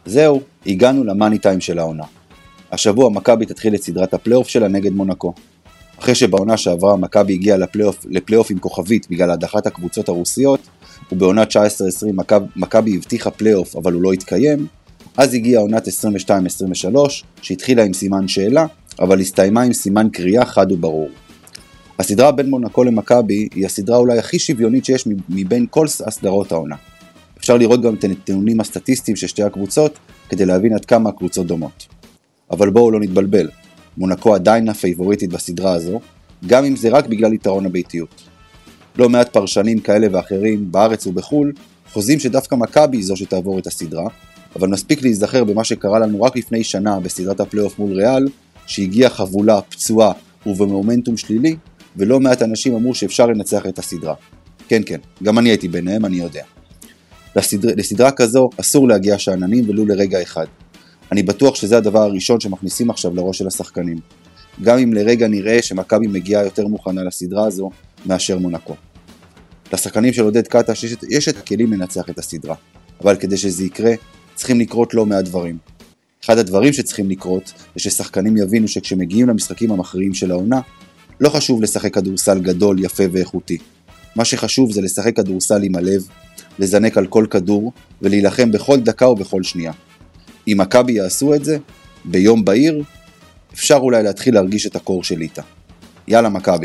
זהו, הגענו למאני טיים של העונה. השבוע מכבי תתחיל את סדרת הפלייאוף שלה נגד מונקו. אחרי שבעונה שעברה מכבי הגיעה לפלייאוף עם כוכבית בגלל הדחת הקבוצות הרוסיות, ובעונה 19-20 מכבי הבטיחה פלייאוף אבל הוא לא התקיים, אז הגיעה עונת 22-23 שהתחילה עם סימן שאלה, אבל הסתיימה עם סימן קריאה חד וברור. הסדרה בין מונקו למכבי היא הסדרה אולי הכי שוויונית שיש מבין כל הסדרות העונה. אפשר לראות גם את הנתונים הסטטיסטיים של שתי הקבוצות כדי להבין עד כמה הקבוצות דומות. אבל בואו לא נתבלבל, מונקו עדיין הפייבוריטית בסדרה הזו, גם אם זה רק בגלל יתרון הביתיות. לא מעט פרשנים כאלה ואחרים בארץ ובחול חוזים שדווקא מכבי היא זו שתעבור את הסדרה, אבל מספיק להיזכר במה שקרה לנו רק לפני שנה בסדרת הפלייאוף מול ריאל, שהגיעה חבולה, פצועה ובמומנטום שלילי, ולא מעט אנשים אמרו שאפשר לנצח את הסדרה. כן, גם אני הייתי ביניהם, אני יודע. לסדרה כזו אסור להגיע שעננים ולו לרגע אחד. אני בטוח שזה הדבר הראשון שמכניסים עכשיו לראש של השחקנים. גם אם לרגע נראה שמכבי מגיעה יותר מוכנה לסדרה הזו מאשר מונקו. לשחקנים של עודד קטש יש את הכלים לנצח את הסדרה, אבל כדי שזה יקרה צריכים לקרות לא מעט דברים. אחד הדברים שצריכים לקרות זה ששחקנים יבינו שכשמגיעים למשחקים המכריעים של העונה, לא חשוב לשחק כדורסל גדול, יפה ואיכותי. מה שחשוב זה לשחק כדורסל עם הלב, לזנק על כל כדור ולהילחם בכל דקה ובכל שנייה. אם מכבי יעשו את זה, ביום בהיר, אפשר אולי להתחיל להרגיש את הקור של ליטה. יאללה מכבי.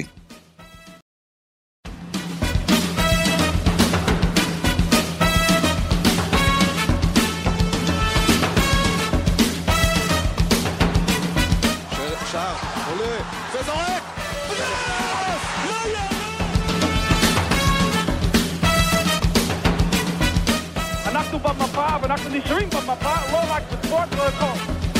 ואנחנו נשארים במפה, לא רק בספורט, לא הכל.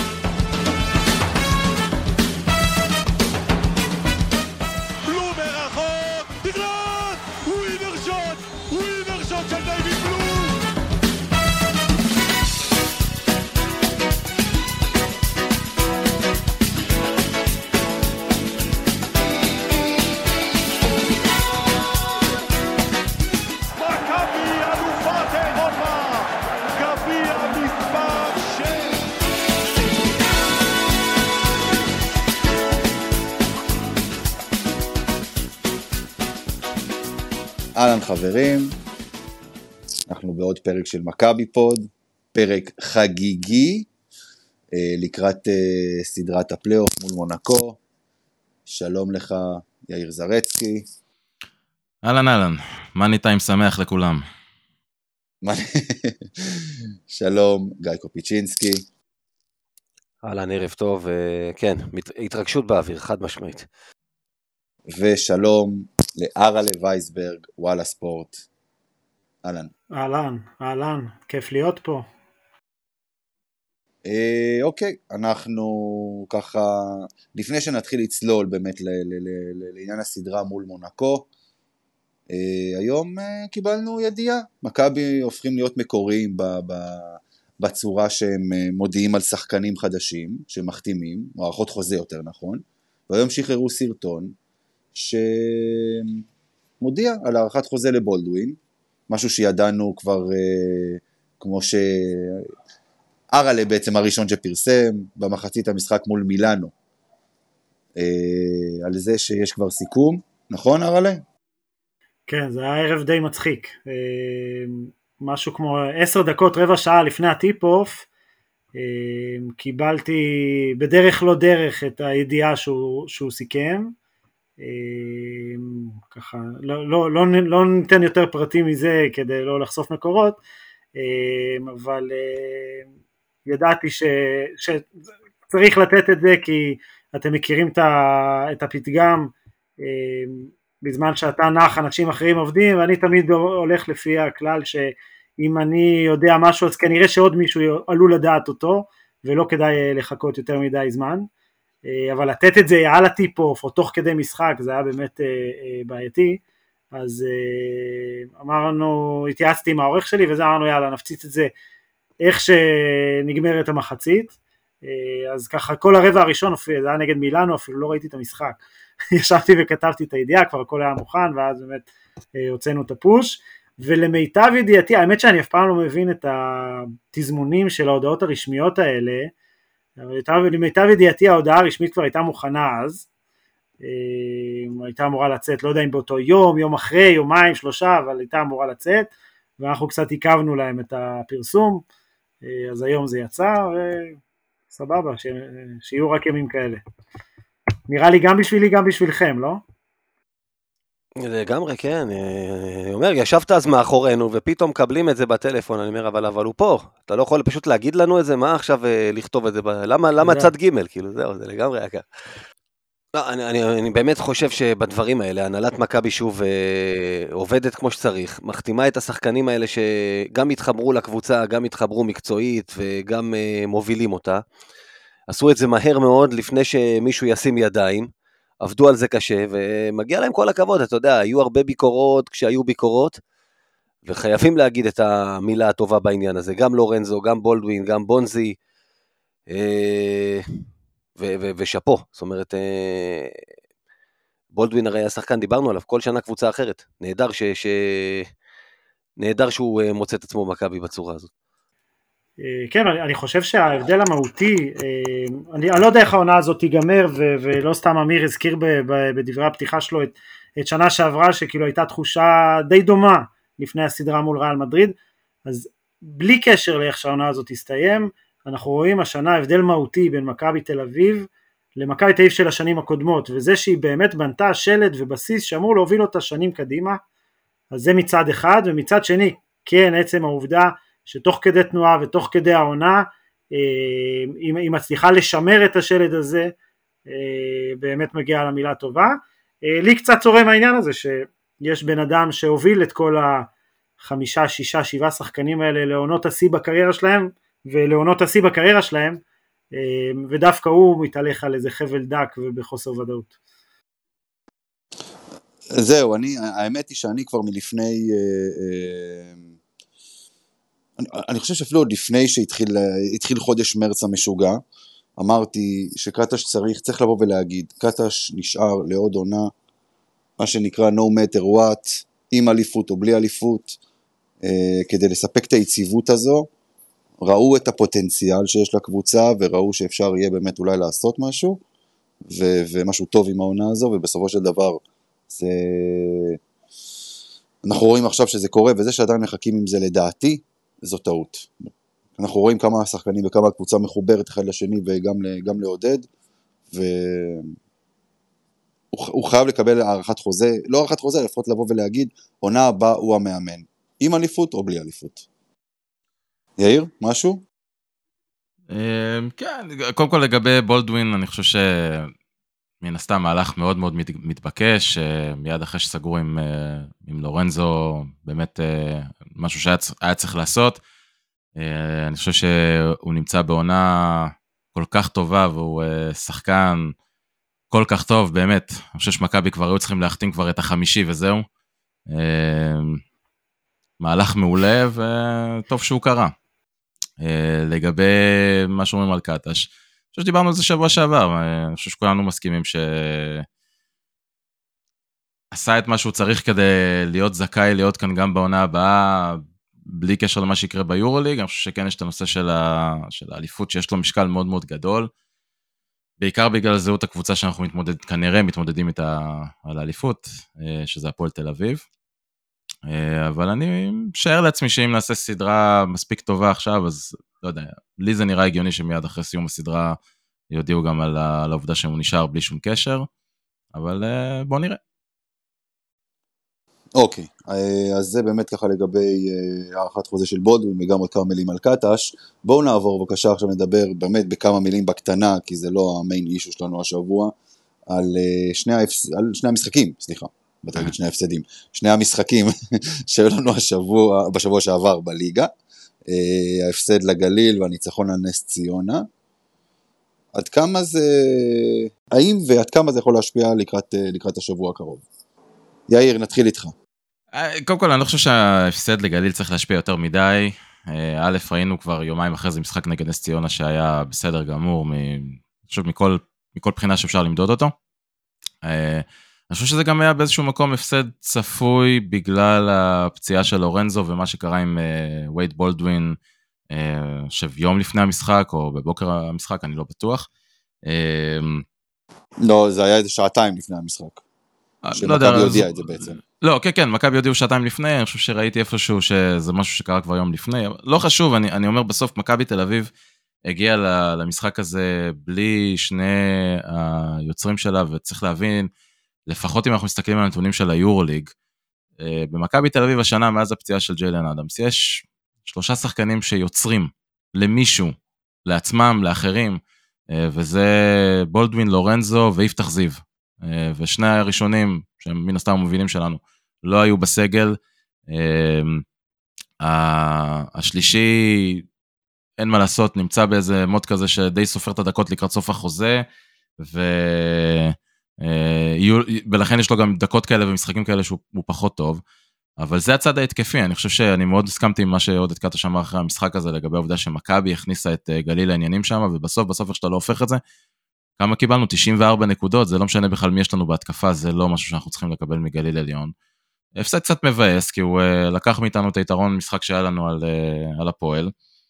בלומר רחוק, תגלת! ווינר שוט של דיוויד בלום! אהלן חברים, אנחנו בעוד פרק של מכבי פוד, פרק חגיגי, לקראת סדרת הפלייאוף מול מונקו. שלום לך יאיר זרצקי. אהלן, מאני טיים שמח לכולם. שלום גיא קופיצ'ינסקי. אהלן, ערב טוב, כן, התרגשות באוויר, חד משמעית. ושלום לארלה וייסברג, וואלה ספורט. אהלן, כיף להיות פה. אוקיי, אנחנו ככה, לפני שנתחיל לצלול באמת לעניין הסדרה מול מונקו, היום קיבלנו ידיעה, מכבי הופכים להיות מקוריים בצורה שהם מודיעים על שחקנים חדשים, שמחתימים, מערכות חוזה יותר נכון, והיום שחררו סרטון, שמודיע על הערכת חוזה לבולדווין, משהו שידענו כבר כמו שארלה בעצם הראשון שפרסם במחצית המשחק מול מילאנו, על זה שיש כבר סיכום, נכון ארלה? כן, זה היה ערב די מצחיק, משהו כמו 10 דקות, רבע שעה לפני הטיפ-אוף, קיבלתי בדרך לא דרך את הידיעה שהוא סיכם, ככה לא ניתן יותר פרטים מזה כדי לא לחשוף מקורות, אבל ידעתי שצריך לתת את זה כי אתם מכירים את הפתגם, בזמן שאתה נח אנשים אחרים עובדים, ואני תמיד הולך לפי הכלל שאם אני יודע משהו אז כנראה שעוד מישהו עלול לדעת אותו ולא כדאי לחכות יותר מדי זמן, אבל לתת את זה על הטיפ-אוף או תוך כדי משחק זה היה באמת בעייתי. אז אמרנו, התייעצתי עם העורך שלי וזה אמרנו יאללה נפציץ את זה איך שנגמרת המחצית. אז ככה כל הרבע הראשון זה היה נגד מילאנו, אפילו לא ראיתי את המשחק, ישבתי וכתבתי את הידיעה, כבר הכל היה מוכן ואז באמת הוצאנו את הפוש. ולמיטב ידיעתי, האמת שאני אף פעם לא מבין את התזמונים של ההודעות הרשמיות האלה, אבל למיטב ידיעתי ההודעה הרשמית כבר הייתה מוכנה אז, הייתה אמורה לצאת, לא יודע אם באותו יום, יום אחרי, יומיים, 3, אבל הייתה אמורה לצאת, ואנחנו קצת עיכבנו להם את הפרסום, אז היום זה יצא, וסבבה, שיהיו רק ימים כאלה. נראה לי גם בשבילי, גם בשבילכם, לא? לגמרי, כן. אני אומר, ישבת אז מאחורינו, ופתאום מקבלים את זה בטלפון, אני אומר, אבל הוא פה. אתה לא יכול פשוט להגיד לנו את זה, מה עכשיו לכתוב את זה? למה צד ג' כאילו, זהו, זה לגמרי יקר. לא, אני באמת חושב שבדברים האלה, הנהלת מכבי שוב עובדת כמו שצריך, מחתימה את השחקנים האלה שגם התחברו לקבוצה, גם התחברו מקצועית, וגם מובילים אותה. עשו את זה מהר מאוד, לפני שמישהו ישים ידיים, עבדו על זה קשה, ומגיע להם כל הכבוד, אתה יודע, היו הרבה ביקורות כשהיו ביקורות, וחייבים להגיד את המילה הטובה בעניין הזה, גם לורנזו, גם בולדווין, גם בונזי, ושפו, זאת אומרת, בולדווין הרי השחקן, דיברנו עליו, כל שנה קבוצה אחרת, נהדר שהוא מוצא את עצמו מכבי בצורה הזאת. כן, אני חושב שההבדל המהותי, אני לא יודע איך העונה הזאת תיגמר, ולא סתם אמיר הזכיר בדברי הפתיחה שלו את שנה שעברה, שכאילו הייתה תחושה די דומה לפני הסדרה מול ריאל מדריד, אז בלי קשר לאיך שהעונה הזאת תסתיים, אנחנו רואים השנה הבדל מהותי בין מכבי תל אביב למכבי תל אביב של השנים הקודמות, וזה שהיא באמת בנתה שלד ובסיס שאמור להוביל אותה שנים קדימה, אז זה מצד אחד, ומצד שני, כן, עצם העובדה שתוך כדי תנועה ותוך כדי העונה, היא מצליחה לשמר את השלד הזה, באמת מגיעה למילה טובה. לי קצת צורם העניין הזה, שיש בן אדם שהוביל את כל 5, 6, 7 שחקנים האלה לעונות השיא בקריירה שלהם, ולעונות השיא בקריירה שלהם, ודווקא הוא מתהלך על איזה חבל דק ובחוסר ודאות. זהו, האמת היא שאני כבר מלפני, אני חושב שאפילו עוד לפני שהתחיל חודש מרץ המשוגע, אמרתי שקטש צריך לבוא ולהגיד, קטש נשאר לעוד עונה, מה שנקרא no matter what, עם אליפות או בלי אליפות, כדי לספק את היציבות הזו, ראו את הפוטנציאל שיש לקבוצה, וראו שאפשר יהיה באמת אולי לעשות משהו, ומשהו טוב עם העונה הזו, ובסופו של דבר, אנחנו רואים עכשיו שזה קורה, וזה שעדיין מחכים עם זה לדעתי, זו טעות. אנחנו רואים כמה השחקנים וכמה הקבוצה מחוברת אחד לשני, וגם לעודד, והוא חייב לקבל הערכת חוזה, לא הערכת חוזה, לפחות לבוא ולהגיד, עונה הבאה הוא המאמן, עם אליפות או בלי אליפות. יאיר, משהו? כן, קודם כל לגבי בולדווין, אני חושב שמן הסתם מהלך מאוד מאוד מתבקש, מיד אחרי שסגרו עם לורנזו, באמת משהו שהיה צריך לעשות, אני חושב שהוא נמצא בעונה כל כך טובה, והוא שחקן כל כך טוב, באמת, אני חושב שמכבי כבר היו צריכים להחתים כבר את החמישי וזהו, מהלך מעולה וטוב שהוא קרה. לגבי מה שאומרים על קטש, אני חושב שדיברנו על זה שבוע שעבר, אני חושב שכולנו מסכימים שעשה את מה שהוא צריך כדי להיות זכאי, להיות כאן גם בעונה הבאה, בלי קשר למה שיקרה ביורוליג. אני חושב שכן יש את הנושא של האליפות, שיש לו משקל מאוד מאוד גדול, בעיקר בגלל זהות הקבוצה שאנחנו כנראה מתמודדים איתה על האליפות, שזה הפועל תל אביב. אבל אני משער לעצמי שאם נעשה סדרה מספיק טובה עכשיו, אז לא יודע, לי זה נראה הגיוני שמיד אחרי סיום הסדרה יודיעו גם על העובדה שהוא נשאר בלי שום קשר, אבל בוא נראה. אוקיי, אז זה באמת ככה לגבי הערכת חוזה של בולדווין, וגם עוד כמה מילים על קטש. בואו נעבור בבקשה עכשיו נדבר באמת בכמה מילים בקטנה, כי זה לא המיין אישו שלנו השבוע, על שני המשחקים, סליחה. בתגיד שני הפסדים, שני המשחקים שהיו לנו בשבוע שעבר בליגה, ההפסד לגליל והניצחון על נס ציונה. עד כמה זה, האם ועד כמה זה יכול להשפיע לקראת השבוע הקרוב? יאיר, נתחיל איתך. קודם כל, אני לא חושב שההפסד לגליל צריך להשפיע יותר מדי. א', ראינו כבר יומיים אחרי זה משחק נגד נס ציונה שהיה בסדר גמור, אני חושב מכל בחינה שאפשר למדוד אותו. אני אני חושב שזה גם היה באיזשהו מקום הפסד צפוי בגלל הפציעה של לורנזו ומה שקרה עם וייד בולדווין, שיום לפני המשחק או בבוקר המשחק, אני לא בטוח. לא, זה היה איזה שעתיים לפני המשחק. שמכבי הודיע את זה בעצם. לא, כן, מכבי הודיעו שעתיים לפני, אני חושב שראיתי איפשהו שזה משהו שקרה כבר יום לפני, לא חשוב, אני אומר בסוף, מכבי תל אביב הגיע למשחק הזה בלי שני היוצרים שלה, וצריך להבין, לפחות אם אנחנו מסתכלים על הנתונים של היורוליג, במכבי תל אביב השנה, מאז הפציעה של ג'יילן אדמס, יש 3 שחקנים שיוצרים למישהו, לעצמם, לאחרים, וזה בולדווין, לורנזו ויפתח זיו. ושני הראשונים, שהם מן הסתם המובילים שלנו, לא היו בסגל. השלישי, אין מה לעשות, נמצא באיזה מוד כזה שדי סופר את הדקות לקראת סוף החוזה, ולכן יש לו גם דקות כאלה ומשחקים כאלה שהוא פחות טוב, אבל זה הצד ההתקפי. אני חושב שאני מאוד הסכמתי עם מה שעודד קאטה שמע אחרי המשחק הזה, לגבי העובדה שמכבי הכניסה את גליל לעניינים שם, ובסוף איך שאתה לא הופך את זה, כמה קיבלנו? 94 נקודות, זה לא משנה בכלל מי יש לנו בהתקפה, זה לא משהו שאנחנו צריכים לקבל מגליל עליון. הפסד קצת מבאס, כי הוא לקח מאיתנו את היתרון משחק שהיה לנו על הפועל.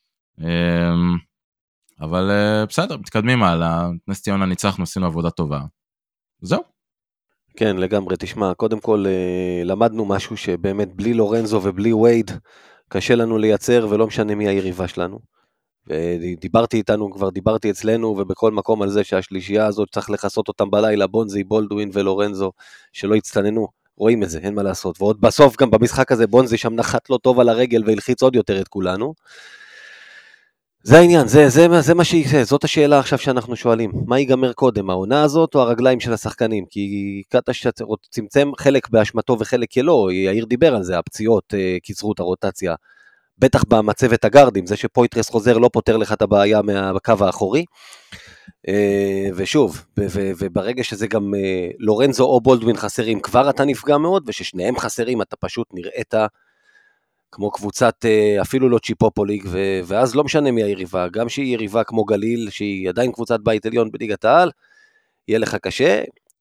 אבל בסדר, מתקדמים הלאה, נס ציונה ניצחנו, עשינו עבודה טובה. זהו. כן, לגמרי, תשמע, קודם כל למדנו משהו שבאמת בלי לורנזו ובלי וייד, קשה לנו לייצר ולא משנה מי היריבה שלנו. ודיברתי איתנו, כבר דיברתי אצלנו ובכל מקום על זה שהשלישייה הזאת צריך לחסות אותם בלילה, בונזי, בולדווין ולורנזו, שלא יצטננו, רואים את זה, אין מה לעשות, ועוד בסוף גם במשחק הזה בונזי שם נחת לא טוב על הרגל והלחיץ עוד יותר את כולנו. זה העניין, זה מה שיקרה, זאת השאלה עכשיו שאנחנו שואלים, מה ייגמר קודם, העונה הזאת או הרגליים של השחקנים? כי קטש צמצם חלק באשמתו וחלק לא, יאיר דיבר על זה, הפציעות קיצרו את הרוטציה, בטח במצבת הגרדים, זה שפויטרס חוזר לא פותר לך את הבעיה בקו האחורי, ושוב, וברגע שזה גם לורנזו או בולדווין חסרים, כבר אתה נפגע מאוד, וששניהם חסרים אתה פשוט נראית כמו קבוצת אפילו לא צ'יפופוליג, ואז לא משנה מי היריבה, גם שהיא יריבה כמו גליל, שהיא עדיין קבוצת בית עליון בליגת העל, יהיה לך קשה.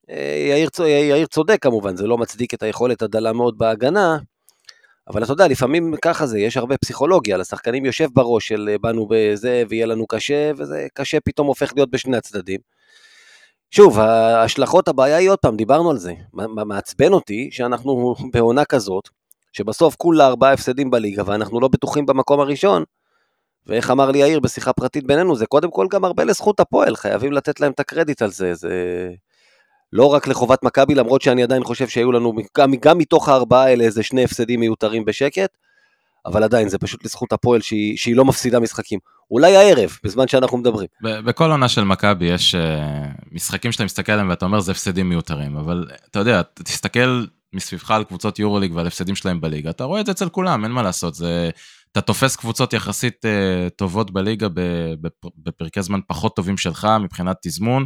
יאיר צודק כמובן, זה לא מצדיק את היכולת הדלה מאוד בהגנה, אבל אתה יודע, לפעמים ככה זה, יש הרבה פסיכולוגיה, לשחקנים יושב בראש של באנו בזה, ויהיה לנו קשה, וזה קשה פתאום הופך להיות בשני הצדדים. שוב, ההשלכות, הבעיה היא עוד פעם, דיברנו על זה, מעצבן אותי שאנחנו בעונה כזאת, שבסוף כולה 4 הפסדים בליגה, ואנחנו לא בטוחים במקום הראשון, ואיך אמר לי יאיר בשיחה פרטית בינינו, זה קודם כל גם הרבה לזכות הפועל, חייבים לתת להם את הקרדיט על זה, זה לא רק לחובת מכבי, למרות שאני עדיין חושב שהיו לנו, גם מתוך 4 האלה, איזה 2 הפסדים מיותרים בשקט, אבל עדיין זה פשוט לזכות הפועל שהיא לא מפסידה משחקים. אולי הערב, בזמן שאנחנו מדברים. בכל עונה של מכבי יש משחקים שאתה מסתכל עליהם ואתה אומר זה הפסדים מיותרים, אבל אתה יודע, תסתכל מסביבך על קבוצות יורוליג ועל הפסדים שלהם בליגה, אתה רואה את זה אצל כולם, אין מה לעשות, אתה תופס קבוצות יחסית טובות בליגה בפרקי זמן פחות טובים שלך מבחינת תזמון,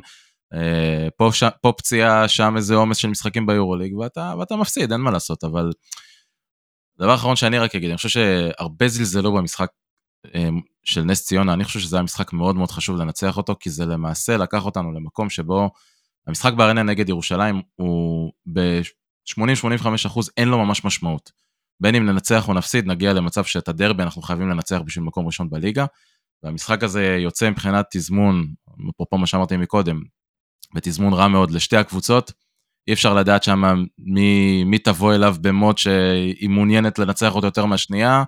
פה פציעה, שם איזה עומס של משחקים ביורוליג, ואתה מפסיד, אין מה לעשות, אבל דבר אחרון שאני רק אגיד, אני חושב שהרבה זלזלו במשחק של נס ציונה, אני חושב שזה היה משחק מאוד מאוד חשוב לנצח אותו, כי זה למעשה לקח אותנו למקום שבו המשחק בארנה נגד ירושלים הוא ב-80-85% אין לו ממש משמעות. בין אם ננצח או נפסיד, נגיע למצב שאת הדרבי אנחנו חייבים לנצח בשביל מקום ראשון בליגה, והמשחק הזה יוצא מבחינת תזמון, אפרופו מה שאמרתי מקודם, ותזמון רע מאוד לשתי הקבוצות, אי אפשר לדעת שם מי תבוא אליו במוד שהיא מעוניינת לנצח אותו יותר מהשנייה,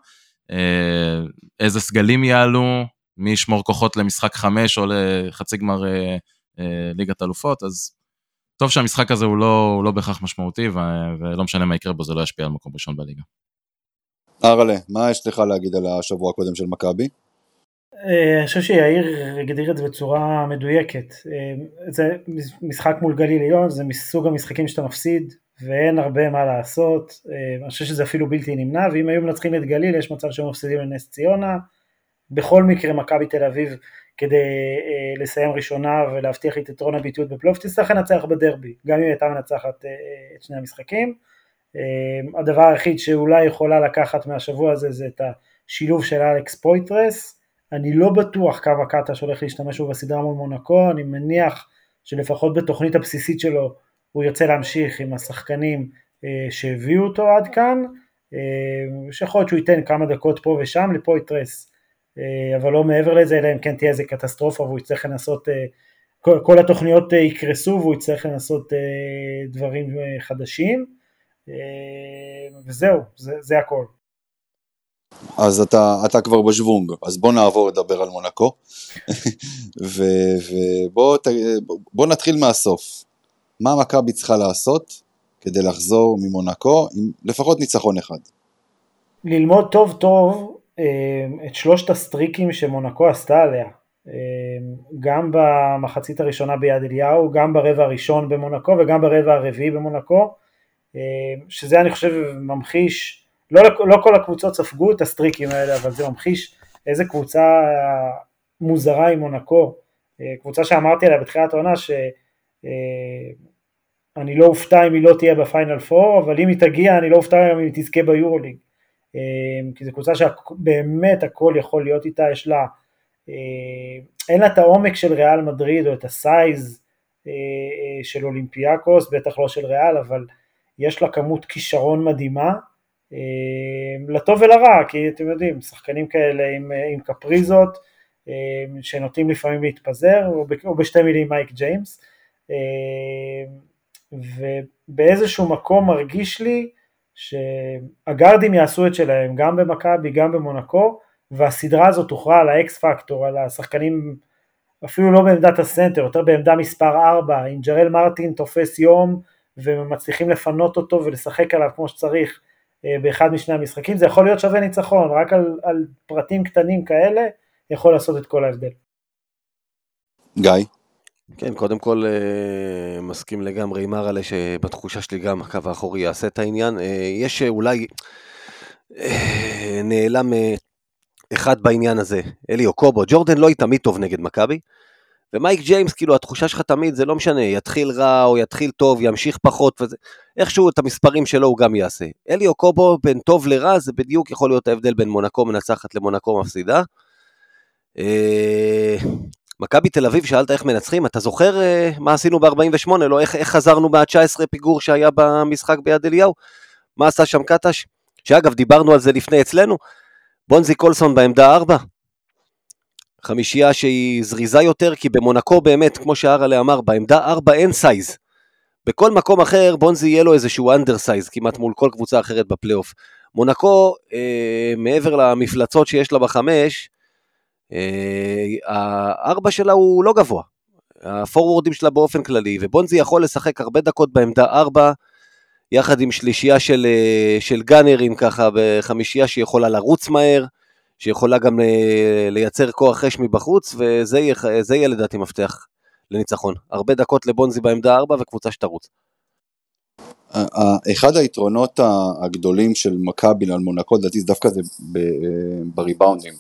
איזה סגלים יעלו, מי ישמור כוחות למשחק 5 או לחצי גמר ליגת אלופות, אז טוב שהמשחק הזה הוא לא בהכרח משמעותי, ולא משנה מה יקרה בו, זה לא ישפיע על מקום ראשון בליגה. ארלה, מה יש לך להגיד על השבוע הקודם של מכבי? אני חושב שיאיר הגדיר את זה בצורה מדויקת, זה משחק מול גליל עליון, זה מסוג המשחקים שאתה מפסיד, ואין הרבה מה לעשות, אני חושב שזה אפילו בלתי נמנע, ואם היו מנצחים את גליל, יש מצב שהם מפסידים לנס ציונה, בכל מקרה מכבי תל אביב, כדי לסיים ראשונה ולהבטיח את יתרון הביטיות בפלייאוף, תצטרך לנצח בדרבי, גם אם הייתה מנצחת את שני המשחקים. הדבר היחיד שאולי יכולה לקחת מהשבוע הזה, זה את השילוב של אלכס פויטרס, אני לא בטוח כמה קאטה שהולך להשתמש בו בסדרה מול מונקו, אני מניח שלפחות בתוכנית הבסיסית שלו, הוא ירצה להמשיך עם השחקנים שהביאו אותו עד כאן, שיכול להיות שהוא ייתן כמה דקות פה ושם לפויטרס, אבל לא מעבר לזה, אלא אם כן תהיה איזה קטסטרופה והוא יצטרך לנסות, כל התוכניות יקרסו והוא יצטרך לנסות דברים חדשים, וזהו, זה הכל. אז אתה כבר בשוונג, אז בוא נעבור לדבר על מונקו, ובוא נתחיל מהסוף. מה מכבי צריכה לעשות כדי לחזור ממונקו עם לפחות ניצחון אחד? ללמוד טוב טוב את שלושת הסטריקים שמונקו עשתה עליה, גם במחצית הראשונה ביד אליהו, גם ברבע הראשון במונקו וגם ברבע הרביעי במונקו, שזה אני חושב ממחיש, לא כל הקבוצות ספגו את הסטריקים האלה, אבל זה ממחיש איזה קבוצה מוזרה עם מונקו, קבוצה שאמרתי עליה בתחילת העונה אני לא אופתע אם היא לא תהיה בפיינל פור, אבל אם היא תגיע אני לא אופתע אם היא תזכה ביורוליג, כי זו קבוצה שבאמת הכל יכול להיות איתה, יש לה, אין לה את העומק של ריאל מדריד או את הסייז של אולימפיאקוס, בטח לא של ריאל, אבל יש לה כמות כישרון מדהימה, לטוב ולרע, כי אתם יודעים, שחקנים כאלה עם קפריזות, שנוטים לפעמים להתפזר, או בשתי מילים מייק ג'יימס, ובאיזשהו מקום מרגיש לי, שהגארדים יעשו את שלהם, גם במכבי, גם במונקו, והסדרה הזאת תוכרע על האקס פקטור, על השחקנים, אפילו לא בעמדת הסנטר, יותר בעמדה מספר 4, אם ג'רל מרטין תופס יום, ומצליחים לפנות אותו ולשחק עליו כמו שצריך, באחד משני המשחקים, זה יכול להיות שווה ניצחון, רק על פרטים קטנים כאלה, יכול לעשות את כל ההבדל. גיא? כן, קודם כל מסכים לגמרי עם מרלה שבתחושה שלי גם הקו האחורי יעשה את העניין. יש אולי נעלם אחד בעניין הזה, אליו קובו, ג'ורדן לא תמיד טוב נגד מכבי, ומייק ג'יימס, כאילו התחושה שלך תמיד זה לא משנה, יתחיל רע או יתחיל טוב, ימשיך פחות, וזה, איכשהו את המספרים שלו הוא גם יעשה. אליו קובו בין טוב לרע, זה בדיוק יכול להיות ההבדל בין מונקו מנצחת למונקו מפסידה. מכבי תל אביב, שאלת איך מנצחים, אתה זוכר מה עשינו ב-48, לא איך חזרנו מה-19 פיגור שהיה במשחק ביד אליהו? מה עשה שם קטש? שאגב, דיברנו על זה לפני אצלנו, בונזי קולסון בעמדה 4, חמישייה שהיא זריזה יותר, כי במונקו באמת, כמו שהרלה אמר, בעמדה 4 אין סייז. בכל מקום אחר, בונזי יהיה לו איזשהו אנדר סייז, כמעט מול כל קבוצה אחרת בפלייאוף. מונקו, מעבר למפלצות שיש לה בחמש, ה4 שלה הוא לא גבוה, הפורוורדים שלה באופן כללי, ובונזי יכול לשחק הרבה דקות בעמדה 4, יחד עם שלישייה של גאנרים ככה, בחמישייה שיכולה לרוץ מהר, שיכולה גם לייצר כוח רש מבחוץ, וזה יהיה לדעתי מפתח לניצחון. הרבה דקות לבונזי בעמדה 4 וקבוצה שתרוץ. אחד היתרונות הגדולים של מכבי על מונקו, לדעתי דווקא זה בריבאונדים.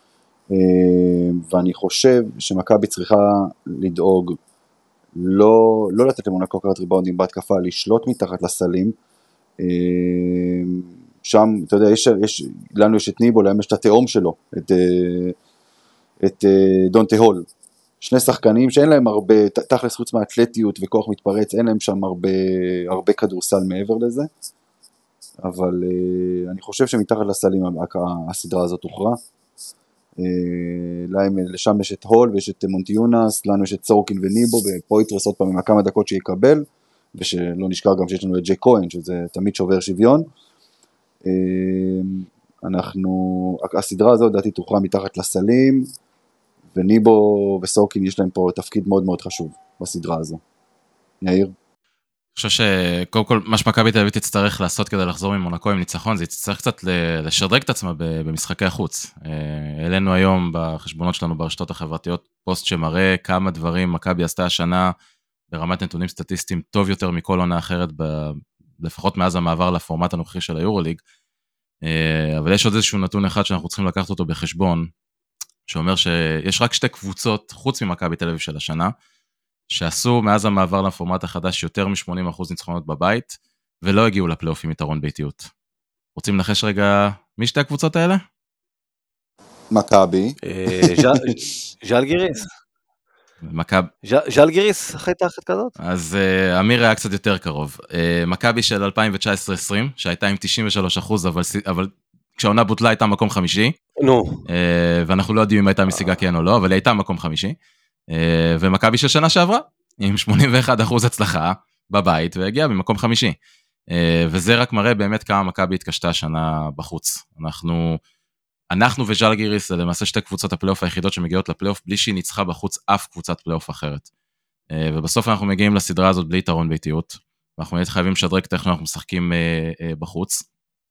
ואני חושב שמכבי צריכה לדאוג לא לתת למונקו קראת ריבאונדים בהתקפה, לשלוט מתחת לסלים. שם, אתה יודע, לנו יש את ניבו, להם יש את התאום שלו, את דונטה הול. שני שחקנים שאין להם הרבה, תכלס חוץ מהאתלטיות וכוח מתפרץ, אין להם שם הרבה כדורסל מעבר לזה. אבל אני חושב שמתחת לסלים הסדרה הזאת הוכרע. לשם יש את הול ויש את מונטיונס, לנו יש את סורקין וניבו, ופויטרס עוד פעם עם כמה דקות שיקבל, ושלא נשכח גם שיש לנו את ג'יי כהן, שזה תמיד שובר שוויון. הסדרה הזו לדעתי תוכרע מתחת לסלים, וניבו וסורקין יש להם פה תפקיד מאוד מאוד חשוב בסדרה הזו. יאיר? אני חושב שקודם כל מה שמכבי תל אביב תצטרך לעשות כדי לחזור ממונקו עם ניצחון, זה יצטרך קצת לשדרג את עצמה במשחקי החוץ. העלינו היום בחשבונות שלנו ברשתות החברתיות פוסט שמראה כמה דברים מכבי עשתה השנה ברמת נתונים סטטיסטיים טוב יותר מכל עונה אחרת, לפחות מאז המעבר לפורמט הנוכחי של היורוליג. אבל יש עוד איזשהו נתון אחד שאנחנו צריכים לקחת אותו בחשבון, שאומר שיש רק שתי קבוצות חוץ ממכבי תל אביב של השנה, שעשו מאז המעבר לפורמט החדש יותר מ-80% ניצחונות בבית, ולא הגיעו לפלייאוף עם יתרון ביתיות. רוצים לנחש רגע מי שתי הקבוצות האלה? מכבי. ז'אלגיריס. ז'לגיריס אחרי תחת כזאת? אז אמיר היה קצת יותר קרוב. מכבי של 2019-2020, שהייתה עם 93%, אבל כשהעונה בוטלה הייתה מקום חמישי. נו. ואנחנו לא יודעים אם הייתה משיגה כן או לא, אבל היא הייתה מקום חמישי. ומכבי של שנה שעברה, עם 81% הצלחה בבית, והגיעה במקום חמישי. וזה רק מראה באמת כמה מכבי התקשתה שנה בחוץ. אנחנו וז'לגיריס זה למעשה שתי קבוצות הפלייאוף היחידות שמגיעות לפלייאוף, בלי שהיא ניצחה בחוץ אף קבוצת פלייאוף אחרת. ובסוף אנחנו מגיעים לסדרה הזאת בלי יתרון ביתיות, אנחנו באמת חייבים לשדרג איך אנחנו משחקים בחוץ,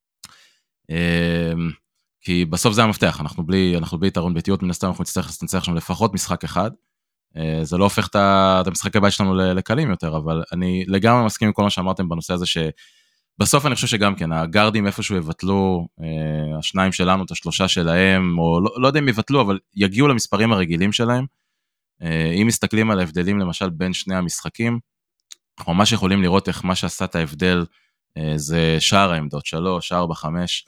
כי בסוף זה המפתח, אנחנו בלי יתרון ביתיות, מן הסתם אנחנו נצטרך לנצח שם לפחות משחק אחד, זה לא הופך את המשחקי בית שלנו לקלים יותר, אבל אני לגמרי מסכים עם כל מה שאמרתם בנושא הזה, בסוף אני חושב שגם כן, הגארדים איפשהו יבטלו, השניים שלנו, את השלושה שלהם, או לא יודע אם יבטלו, אבל יגיעו למספרים הרגילים שלהם. אם מסתכלים על ההבדלים למשל בין שני המשחקים, אנחנו ממש יכולים לראות איך מה שעשה את ההבדל, זה שער העמדות, 3, 4, 5.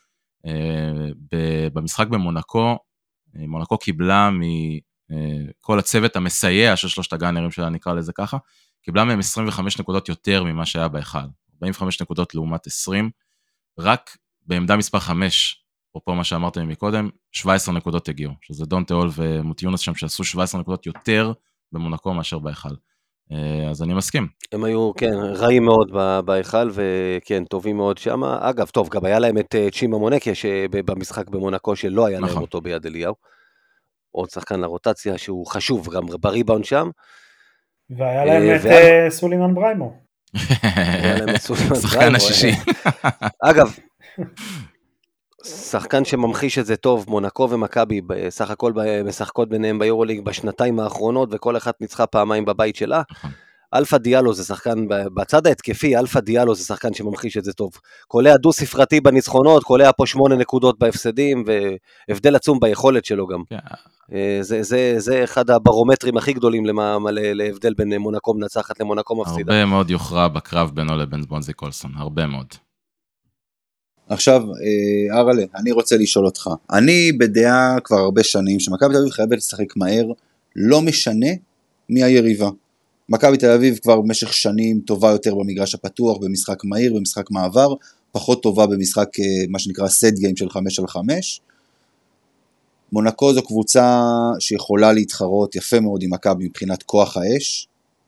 במשחק במונקו, מונקו קיבלה מכל הצוות המסייע של שלושת הגאנרים שלה, נקרא לזה ככה, קיבלה מהם 25 נקודות יותר ממה שהיה בהיכל. 45 נקודות לעומת 20, רק בעמדה מספר 5, אפרופו מה שאמרתם מקודם, 17 נקודות הגיעו, שזה דון תיאול ומוטיונס שם, שעשו 17 נקודות יותר במונקו מאשר בהיכל. אז אני מסכים. הם היו, כן, רעים מאוד בהיכל, וכן, טובים מאוד שם. אגב, טוב, גם היה להם את צ'ימה מונקה, במשחק במונקו, שלא היה להם אותו ביד אליהו. עוד שחקן לרוטציה, שהוא חשוב, גם בריבאונד שם. והיה להם את סולימן בריימו. שחקן השישי. אגב, שחקן שממחיש את זה טוב, מונקו ומכבי, בסך הכל משחקות ביניהם ביורוליג בשנתיים האחרונות, וכל אחת ניצחה פעמיים בבית שלה. אלפה דיאלו זה שחקן, בצד ההתקפי, אלפה דיאלו זה שחקן שממחיש את זה טוב. קולע דו ספרתי בניצחונות, קולע פה 8 נקודות בהפסדים, והבדל עצום ביכולת שלו גם. זה אחד הברומטרים הכי גדולים להבדל בין מונקו מנצחת למונקו מפסידה. הרבה מאוד יוכרע בקרב בינו לבין בונזי קולסון, הרבה מאוד. עכשיו, ארלה, אני רוצה לשאול אותך. אני בדעה כבר הרבה שנים שמכבי תל אביב חייבת לשחק מהר, לא משנה מי היריבה. מכבי תל אביב כבר במשך שנים טובה יותר במגרש הפתוח, במשחק מהיר, במשחק מעבר, פחות טובה במשחק, מה שנקרא סט גיים של 5-5. מונקו זו קבוצה שיכולה להתחרות יפה מאוד עם מכבי מבחינת כוח האש.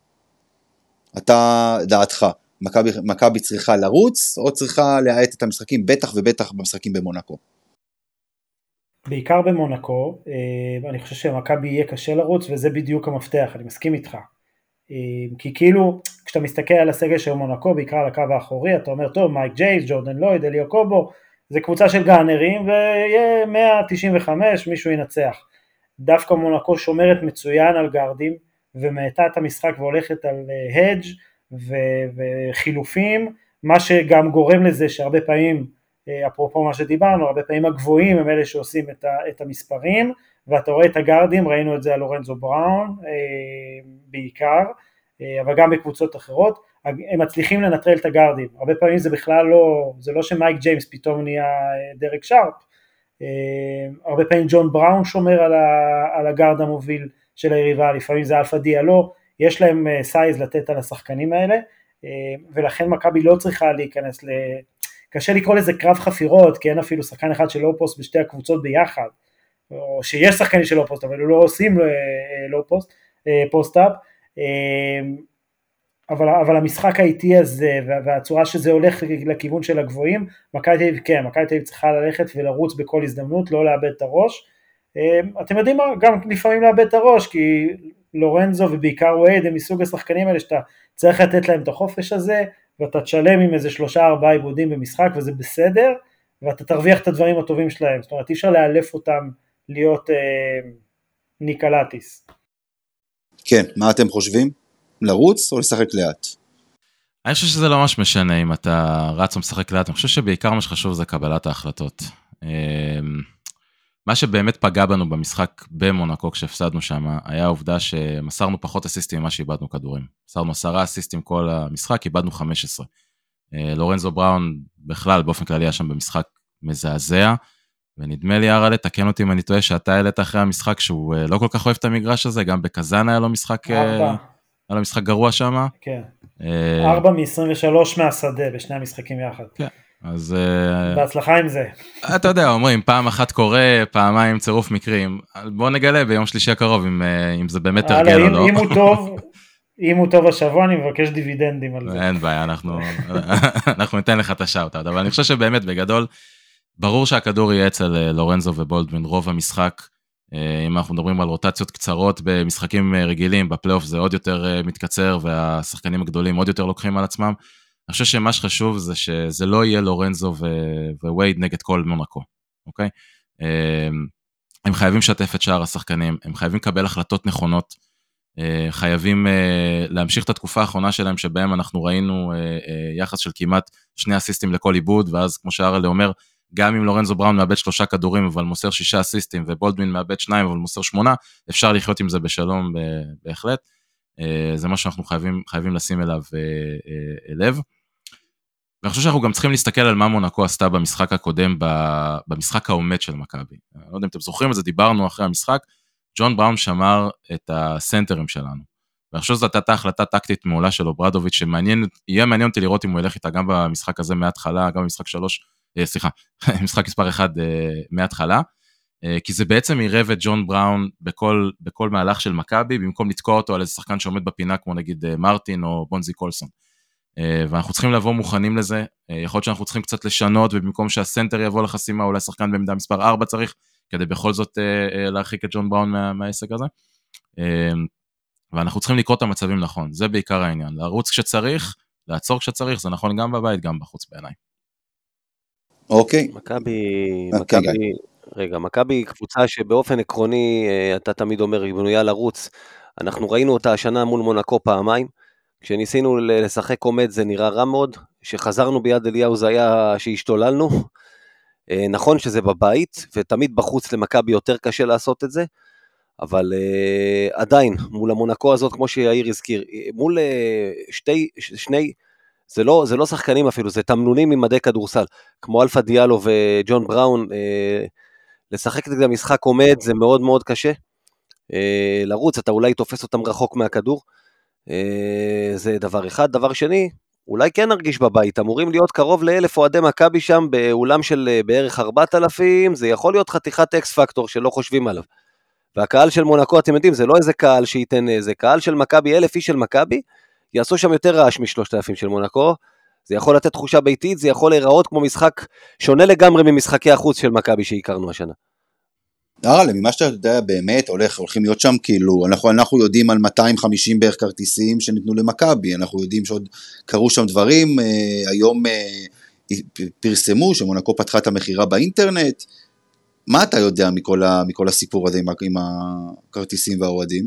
אתה, דעתך, מכבי צריכה לרוץ, או צריכה להאט את המשחקים, בטח ובטח במשחקים במונקו? בעיקר במונקו, אני חושב שמכבי יהיה קשה לרוץ, וזה בדיוק המפתח, אני מסכים איתך. כי כאילו, כשאתה מסתכל על הסגל של מונקו, בעיקר על הקו האחורי, אתה אומר, טוב, מייק ג'ייס, ג'ורדן לויד, אליו קובו, זה קבוצה של גאנרים, ויהיה 195, מישהו ינצח. דווקא מונקו שומרת מצוין על גארדים, ומעטה את המשחק והולכת על הדג' וחילופים, מה שגם גורם לזה שהרבה פעמים, אפרופו מה שדיברנו, הרבה פעמים הגבוהים הם אלה שעושים את המספרים, ואתה רואה את הגארדים, ראינו את זה על לורנזו בראון בעיקר, אבל גם בקבוצות אחרות, הם מצליחים לנטרל את הגארדים, הרבה פעמים זה בכלל לא, זה לא שמייק ג'יימס פתאום נהיה דרק שרפ, הרבה פעמים ג'ון בראון שומר על הגארד המוביל של היריבה, לפעמים זה אלפה דיאלו, יש להם סייז לתת על השחקנים האלה, ולכן מכבי לא צריכה להיכנס קשה לקרוא לזה קרב חפירות, כי אין אפילו שחקן אחד של לואו-פוסט בשתי הקבוצות ביחד, או שיש שחקנים של לואו-פוסט, אבל לא עושים לואו-פוסט, פוסט-אפ, אבל המשחק האיטי הזה, והצורה שזה הולך לכיוון של הגבוהים, מכבי תל אביב, כן, מכבי תל אביב צריכה ללכת ולרוץ בכל הזדמנות, לא לאבד את הראש, אתם יודעים מה, גם לפעמים לאבד את הראש, כי לורנזו ובעיקר וייד, הם מסוג השחקנים האלה, שאתה צריך לתת להם את החופש הזה, ואתה תשלם עם איזה 3-4 עיבודים במשחק, וזה בסדר, ואתה תרוויח את הדברים הטובים שלהם, זאת אומרת, אי אפשר לאלף אותם להיות ניקלטיס. כן, מה אתם חושבים? לרוץ או לשחק לאט? אני חושב שזה לא ממש משנה אם אתה רץ או משחק לאט, אני חושב שבעיקר מה שחשוב זה קבלת ההחלטות. מה שבאמת פגע בנו במשחק במונקו כשהפסדנו שם, היה העובדה שמסרנו פחות אסיסטים ממה שאיבדנו כדורים. מסרנו 10 אסיסטים כל המשחק, איבדנו 15. לורנזו בראון בכלל באופן כללי היה שם במשחק מזעזע, ונדמה לי, ארה, לתקן אותי אם אני טועה, שאתה העלית אחרי המשחק, שהוא לא כל כך אוהב את המגרש הזה, גם בקזן היה לו משחק, היה לו משחק גרוע שם. כן, 4 מ-23 מהשדה, בשני המשחקים יחד. כן, אז... בהצלחה עם זה. אתה יודע, אומרים, פעם אחת קורה, פעמיים צירוף מקרים, בוא נגלה ביום שלישי הקרוב, אם זה באמת תרגל או לא. אם הוא טוב השבוע, אני מבקש דיבידנדים על זה. אין בעיה, אנחנו ניתן לך את השאוט, אבל אני חושב שבאמת, בגדול, ברור שהכדור יהיה אצל לורנזו ובולדווין רוב המשחק, אם אנחנו מדברים על רוטציות קצרות במשחקים רגילים, בפלייאוף זה עוד יותר מתקצר, והשחקנים הגדולים עוד יותר לוקחים על עצמם. אני חושב שמה שחשוב זה שזה לא יהיה לורנזו ווייד נגד כל מונקו, אוקיי? הם חייבים לשתף את שאר השחקנים, הם חייבים לקבל החלטות נכונות, חייבים להמשיך את התקופה האחרונה שלהם, שבהם אנחנו ראינו יחס של כמעט 2 אסיסטים לכל עיבוד, ואז כמו שהרלה אומר, גם אם לורנזו בראון מאבד 3 כדורים, אבל מוסר 6 אסיסטים, ובולדווין מאבד 2, אבל מוסר 8, אפשר לחיות עם זה בשלום בהחלט. זה מה שאנחנו חייבים לשים אליו לב. ואני חושב שאנחנו גם צריכים להסתכל על מה מונקו עשתה במשחק הקודם, במשחק העומד של מכבי. אני לא יודע אם אתם זוכרים את זה, דיברנו אחרי המשחק, ג'ון בראון שמר את הסנטרים שלנו. ואני חושב שזאת הייתה החלטה טקטית מעולה של אוברדוביץ', שיהיה מעניין אותי לראות אם הוא ילך איתה גם במשחק הזה מההתחלה, גם במשחק 3, משחק מספר 1 מההתחלה, כי זה בעצם עירב את ג'ון בראון בכל מהלך של מכבי, במקום לתקוע אותו על איזה שחקן שעומד בפינה, כמו נגיד מרטין או בונזי קולסון. ואנחנו צריכים לבוא מוכנים לזה, יכול להיות שאנחנו צריכים קצת לשנות, ובמקום שהסנטר יבוא לחסימה, אולי שחקן בעמדה מספר 4 צריך, כדי בכל זאת להרחיק את ג'ון בראון מהעסק הזה. ואנחנו צריכים לקרוא את המצבים נכון, זה בעיקר העניין, לרוץ כשצריך, לעצור כשצריך, זה נכון גם בבית, גם בחוץ בעיניי. אוקיי. מכבי היא קבוצה שבאופן עקרוני, אתה תמיד אומר, היא בנויה לרוץ, אנחנו ראינו אותה השנה מול מונקו פעמיים, כשניסינו לשחק עומד זה נראה רע מאוד, שחזרנו ביד אליהו זה היה שהשתוללנו, נכון שזה בבית, ותמיד בחוץ למכבי יותר קשה לעשות את זה, אבל עדיין, מול המונקו הזאת, כמו שיאיר הזכיר, מול שני, זה לא שחקנים אפילו, זה תמנונים עם מדי כדורסל, כמו אלפה דיאלו וג'ון בראון, לשחק את המשחק עומד, זה מאוד מאוד קשה, לרוץ, אתה אולי תופס אותם רחוק מהכדור, זה דבר אחד. דבר שני, אולי כן נרגיש בבית, אמורים להיות קרוב ל1,000 אוהדי מכבי שם, באולם של בערך 4,000, זה יכול להיות חתיכת אקס פקטור שלא חושבים עליו. והקהל של מונקו, אתם יודעים, זה לא איזה קהל שייתן, זה קהל של מכבי, 1,000 איש של מכבי, יעשו שם יותר רעש מ3,000 של מונקו, זה יכול לתת תחושה ביתית, זה יכול להיראות כמו משחק שונה לגמרי ממשחקי החוץ של מכבי שהכרנו השנה. ממה שאתה יודע באמת הולכים להיות שם, כאילו אנחנו יודעים על 250 בערך כרטיסים שניתנו למכבי, אנחנו יודעים שעוד קרו שם דברים, היום פרסמו שמונקו פתחה את המחירה באינטרנט. מה אתה יודע מכל הסיפור הזה עם הכרטיסים והאוהדים?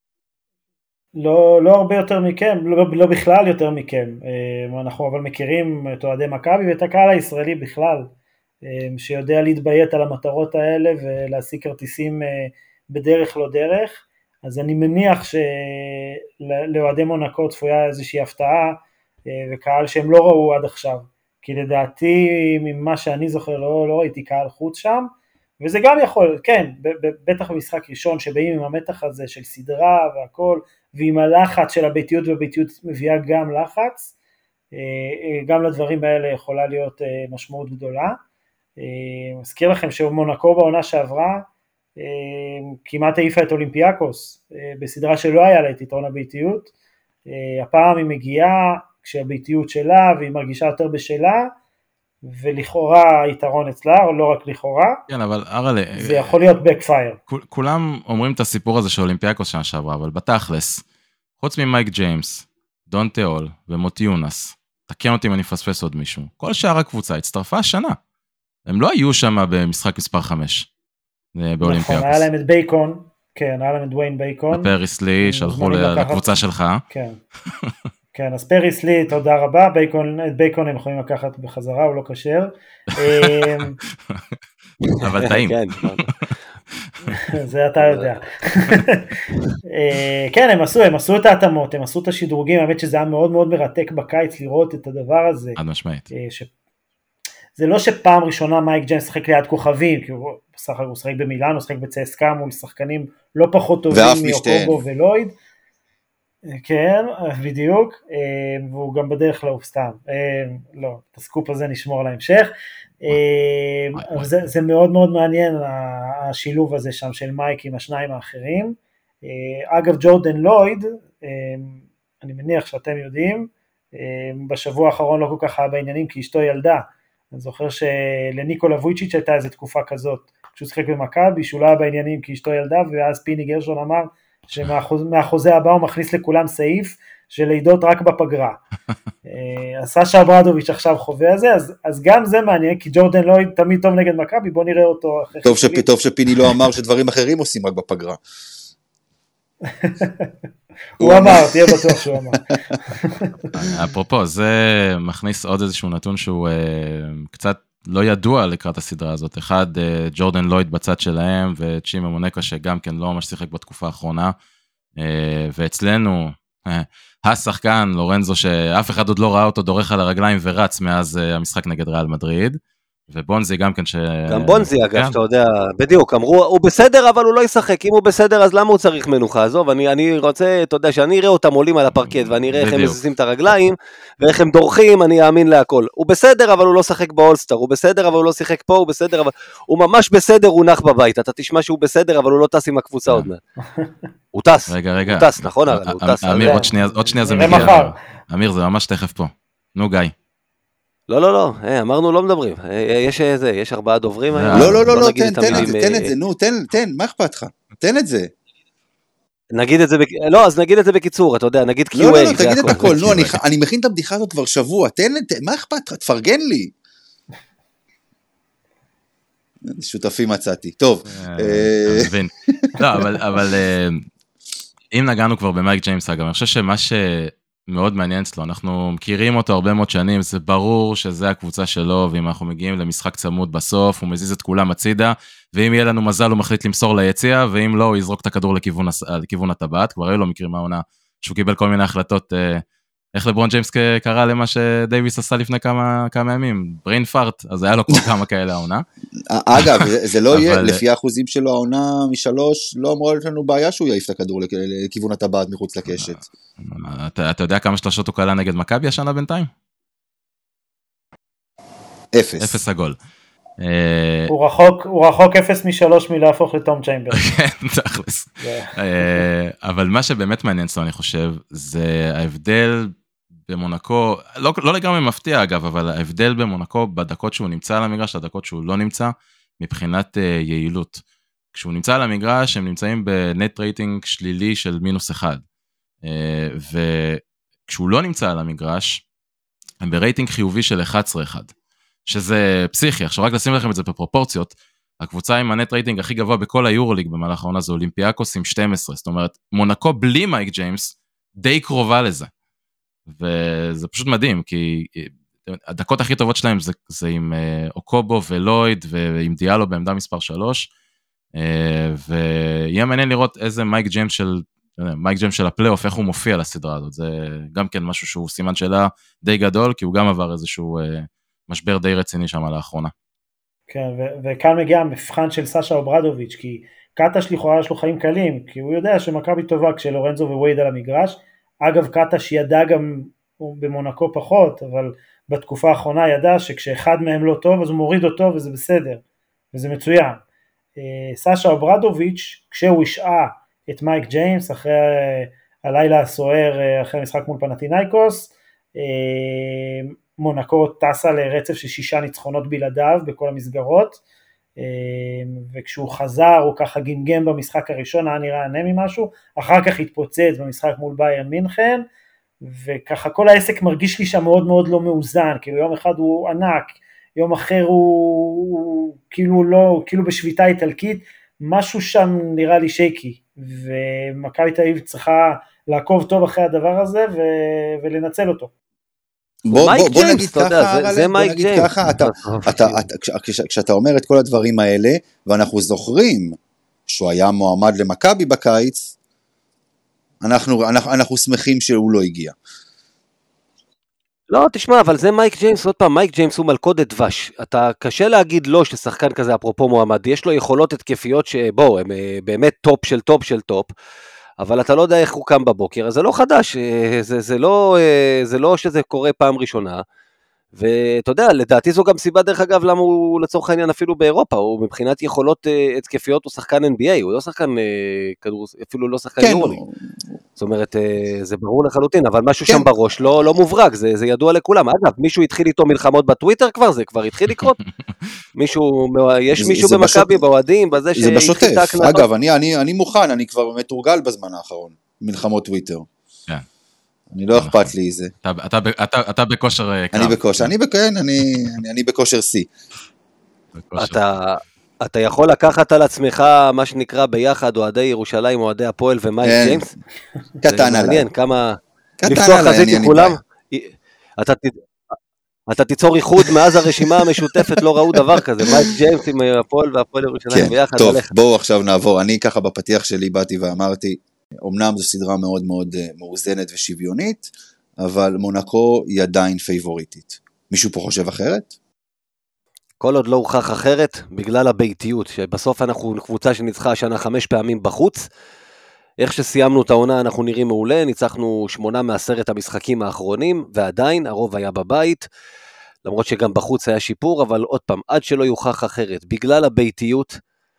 לא הרבה יותר מכם, לא בכלל יותר מכם, אנחנו אבל מכירים את אוהדי מכבי ואת הקהל הישראלי בכלל, שיודע להתביית על המטרות האלה ולהשיג כרטיסים בדרך לא דרך. אז אני מניח שלאוהדי מונקו צפויה איזושהי הפתעה וקהל שהם לא ראו עד עכשיו, כי לדעתי ממה שאני זוכר לא ראיתי קהל חוץ שם, וזה גם יכול, כן, בטח במשחק ראשון שבאים עם המתח הזה של סדרה והכל, ועם הלחץ של הביתיות, והביתיות מביאה גם לחץ, גם לדברים האלה יכולה להיות משמעות גדולה. מזכיר לכם שמונקו בעונה שעברה כמעט העיפה את אולימפיאקוס בסדרה שלא היה לה את יתרון הביתיות, הפעם היא מגיעה כשהביתיות שלה והיא מרגישה יותר בשלה, ולכאורה היתרון אצלה, או לא רק לכאורה, כן, אבל ארלה, זה יכול להיות backfire. כולם אומרים את הסיפור הזה של אולימפיאקוס שנה שעברה, אבל בתכלס, חוץ ממייק ג'יימס, דון תיאול ומוטי יונס, תקן אותי אם אני פספס עוד מישהו, כל שאר הקבוצה הצטרפה השנה, הם לא היו שם במשחק מספר 5, באולימפיאקוס. נכון, היה להם את בייקון, כן, היה להם את דוויין בייקון. ופריס לי, שלחו לקבוצה שלך. כן. כן, אז פריס לי, תודה רבה, את בייקון הם יכולים לקחת בחזרה, הוא לא קשר. אבל טעים. זה אתה יודע. כן, הם עשו את ההתאמות, הם עשו את השדרוגים, האמת שזה היה מאוד מאוד מרתק בקיץ לראות את הדבר הזה. עד משמעית. זה לא שפעם ראשונה מייק ג'יימס שחק ליד כוכבים, כי הוא שחק במילאן, הוא שחק בצסקה מול שחקנים לא פחות טובים מאוקובו ולויד, כן, בדיוק, והוא גם בדרך לעוף סתם, לא, את הסקופ הזה נשמור להמשך, זה מאוד מאוד מעניין השילוב הזה שם של מייק עם השניים האחרים. אגב, ג'ורדן לויד, אני מניח שאתם יודעים, בשבוע האחרון לא כל כך היה בעניינים כי אשתו ילדה. אני זוכר שלניקולה וויצ'יץ' הייתה איזו תקופה כזאת, כשהוא שחק במכבי, שהוא לא היה בעניינים כי אשתו ילדה, ואז פיני גרשון אמר שמהחוזה הבא הוא מכניס לכולם סעיף של לידות רק בפגרה. סשה אברדוביץ' עכשיו חווה זה, אז גם זה מעניין, כי ג'ורדן לויד תמיד טוב נגד מכבי, בוא נראה אותו אחרי טוב שפיני לא אמר שדברים אחרים עושים רק בפגרה. הוא אמר, תהיה בטוח שהוא אמר. אפרופו, זה מכניס עוד איזשהו נתון שהוא קצת לא ידוע לקראת הסדרה הזאת. אחד, ג'ורדן לויד בצד שלהם, וצ'ימה מונקה שגם כן לא ממש שיחק בתקופה האחרונה, ואצלנו, השחקן לורנזו שאף אחד עוד לא ראה אותו דורך על הרגליים ורץ מאז המשחק נגד ריאל מדריד, ובונזי גם כן גם בונזי אגב, אתה יודע, בדיוק, אמרו, הוא בסדר אבל הוא לא ישחק, אם הוא בסדר אז למה הוא צריך מנוחה? עזוב, אני רוצה, אתה יודע, שאני אראה אותם עולים על הפרקט, ואני אראה איך הם מזיזים את הרגליים, ואיך הם דורכים, אני אאמין להכל. הוא בסדר אבל הוא לא שחק באולסטאר, הוא בסדר אבל הוא לא שיחק פה, הוא בסדר אבל... הוא ממש בסדר, הוא נח בבית, אתה תשמע שהוא בסדר אבל הוא לא טס עם הקבוצה עוד מעט. הוא טס, רגע. הוא טס, נכון? אמיר, עוד שנייה זה מגיע. אמיר, זה ממש תכף פה. נו, גיא. לא, אמרנו לא מדברים, יש 4 דוברים. לא, תן את זה, נו, תן, מה אכפת לך? תן את זה. נגיד את זה, אז נגיד את זה בקיצור, אתה יודע, נגיד QA. לא, תגיד את הכל, נו, אני מכין את הבדיחה הזאת כבר שבוע, מה אכפת לך? תפרגן לי. שותפים מצאתי, טוב. מבין. לא, אבל אם נגענו כבר במייק ג'יימס, אגב, אני חושב שמה מאוד מעניין אצלו, אנחנו מכירים אותו הרבה מאוד שנים, זה ברור שזה הקבוצה שלו, ואם אנחנו מגיעים למשחק צמוד בסוף, הוא מזיז את כולם הצידה, ואם יהיה לנו מזל הוא מחליט למסור ליציאה, ואם לא, הוא יזרוק את הכדור לכיוון הטבעת, כבר היו לו מקרים מהעונה, שהוא קיבל כל מיני החלטות, איך לברון ג'יימס קרא למה שדייביס עשה לפני כמה ימים, brain fart, אז היה לו כבר כמה כאלה העונה. אגב, זה לא יהיה, לפי האחוזים שלו העונה מ3, לא אמורה להיות לנו בעיה שהוא יעיף את הכדור לכיוון הטבעת מחוץ לקשת. אתה יודע כמה שלשות הוא קלה נגד מכבי השנה בינתיים? 0. 0 עגול. הוא רחוק 0 מ3 מלהפוך לתום צ'יימבר. כן, תכלס. אבל מה שבאמת מעניין אצלו, אני חושב, זה ההבדל במונקו, לא לגמרי מפתיע אגב, אבל ההבדל במונקו בדקות שהוא נמצא על המגרש, לדקות שהוא לא נמצא, מבחינת יעילות. כשהוא נמצא על המגרש, הם נמצאים בנט רייטינג שלילי של -1. וכשהוא לא נמצא על המגרש, הם ברייטינג חיובי של 11-1. שזה פסיכי, עכשיו רק לשים לכם את זה בפרופורציות, הקבוצה עם הנט רייטינג הכי גבוה בכל היורוליג במהלך העונה זה אולימפיאקוס עם 12, זאת אומרת, מונקו בלי מייק ג'יימס די קרובה לזה, וזה פשוט מדהים, כי הדקות הכי טובות שלהם זה עם אוקובו ולויד, ועם דיאלו בעמדה מספר 3, ויהיה מעניין לראות איזה מייק ג'יימס של הפלייאוף, איך הוא מופיע לסדרה הזאת, זה גם כן משהו שהוא סימן שאלה די גדול, כי הוא גם עבר איזשהו משבר די רציני שם לאחרונה. כן, וכאן מגיע המבחן של סשה אוברדוביץ', כי קטש לכאורה יש לו חיים קלים, כי הוא יודע שמכבי טובה כשלורנזו ווייד על המגרש, אגב קטש ידע גם במונקו פחות, אבל בתקופה האחרונה ידע שכשאחד מהם לא טוב, אז הוא מוריד אותו וזה בסדר, וזה מצוין. סשה אוברדוביץ', כשהוא השעה את מייק ג'יימס, אחרי הלילה הסוער, אחרי המשחק מול פנתינייקוס, מונקו טסה לרצף של 6 ניצחונות בלעדיו בכל המסגרות, וכשהוא חזר הוא ככה גמגם במשחק הראשון, היה נראה ענה ממשהו, אחר כך התפוצץ במשחק מול ביירן מינכן, וככה כל העסק מרגיש לי שם מאוד מאוד לא מאוזן, כאילו יום אחד הוא ענק, יום אחר הוא כאילו בשביתה איטלקית, משהו שם נראה לי שייקי, ומכבי תל אביב צריכה לעקוב טוב אחרי הדבר הזה ולנצל אותו. בוא נגיד ככה, כשאתה אומר את כל הדברים האלה, ואנחנו זוכרים שהוא היה מועמד למכבי בקיץ, אנחנו שמחים שהוא לא הגיע. לא, תשמע, אבל זה מייק ג'יימס, עוד פעם, מייק ג'יימס הוא מלכודת דבש. אתה קשה להגיד לא ששחקן כזה, אפרופו מועמד, יש לו יכולות התקפיות שבואו, הם באמת טופ של טופ של טופ, אבל אתה לא יודע איך הוא קם בבוקר, אז זה לא חדש, זה לא שזה קורה פעם ראשונה, ואתה יודע, לדעתי זו גם סיבה דרך אגב, למה הוא לצורך העניין אפילו באירופה, הוא מבחינת יכולות התקפיות הוא שחקן NBA, הוא לא שחקן כדור, אפילו לא שחקן יורוליג. זאת אומרת, זה ברור לחלוטין, אבל משהו שם בראש לא מוברק, זה ידוע לכולם. אגב, מישהו התחיל איתו מלחמות בטוויטר כבר, זה כבר התחיל לקרות? יש מישהו במכבי, באוהדים, בזה זה בשוטף. אגב, אני מוכן, אני כבר מתורגל בזמן האחרון, מלחמות טוויטר. כן. אני לא אכפת לי זה. אתה בכושר קרב. אני בכושר C. אתה יכול לקחת על עצמך מה שנקרא ביחד אוהדי ירושלים, אוהדי הפועל ומייק ג'יימס? קטן עליי. מעניין כמה... לפתוח חזית עם כולם? אתה תיצור איחוד מאז הרשימה המשותפת, לא ראו דבר כזה, מייק ג'יימס עם הפועל והפועל ירושלים ביחד. טוב, בואו עכשיו נעבור. אני ככה בפתיח שלי באתי ואמרתי, אמנם זו סדרה מאוד מאוד מאוזנת ושוויונית, אבל מונקו היא עדיין פייבוריטית. מישהו פה חושב אחרת? כל עוד לא הוכח אחרת, בגלל הביתיות, שבסוף אנחנו קבוצה שניצחה השנה 5 פעמים בחוץ, איך שסיימנו את העונה אנחנו נראים מעולה, ניצחנו 8 מ10 המשחקים האחרונים, ועדיין הרוב היה בבית, למרות שגם בחוץ היה שיפור, אבל עוד פעם, עד שלא יוכח אחרת, בגלל הביתיות,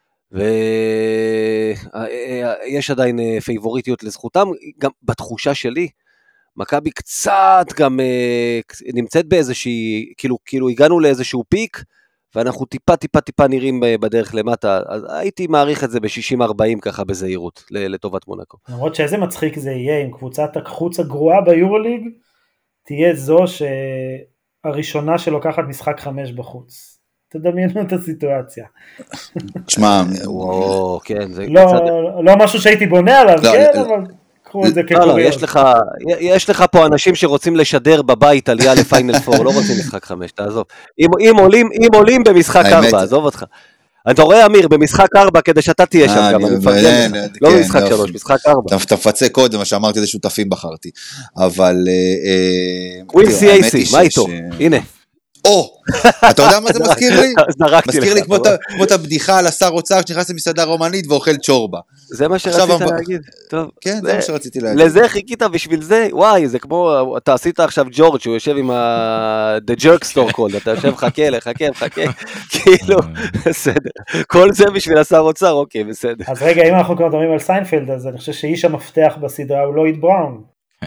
ויש עדיין פייבוריטיות לזכותם, גם בתחושה שלי, מכבי קצת גם נמצאת באיזושהי, כאילו הגענו לאיזשהו פיק, ואנחנו טיפה נראים בדרך למטה, אז הייתי מעריך את זה ב-60-40 ככה בזהירות, לטובת מונקו. למרות שאיזה מצחיק זה יהיה, אם קבוצת החוץ הגרועה ביורוליג, תהיה זו שהראשונה שלוקחת משחק 5 בחוץ. תדמיינו את הסיטואציה. תשמע, כן, זה לא משהו שהייתי בונה עליו, כן, אבל קחו את זה כקוריון. יש לך פה אנשים שרוצים לשדר בבית עלייה לפיינל 4, לא רוצים משחק 5, תעזוב. אם עולים במשחק 4, עזוב אותך. אתה רואה אמיר, במשחק 4 כדי שאתה תהיה שם גם, אני מפרגן, לא במשחק 3, משחק 4. אתה מפצה קודם, מה שאמרתי זה שותפים בחרתי, אבל... וויל CAC, מה איתו? הנה. אתה יודע מה זה מזכיר לי? מזכיר לי כמו את הבדיחה על השר אוצר שנכנס למסעדה רומנית ואוכל צ'ורבה. זה מה שרצית להגיד. כן, זה מה שרציתי להגיד. לזה חיכית בשביל זה? וואי, זה כמו, אתה עשית עכשיו ג'ורג' שהוא יושב עם The Jerk Store Cold, אתה יושב חכה, כאילו, בסדר. כל זה בשביל השר אוצר, אוקיי, בסדר. אז רגע, אם אנחנו כבר מדברים על סיינפלד, אז אני חושב שאיש המפתח בסדרה הוא לויד בראון.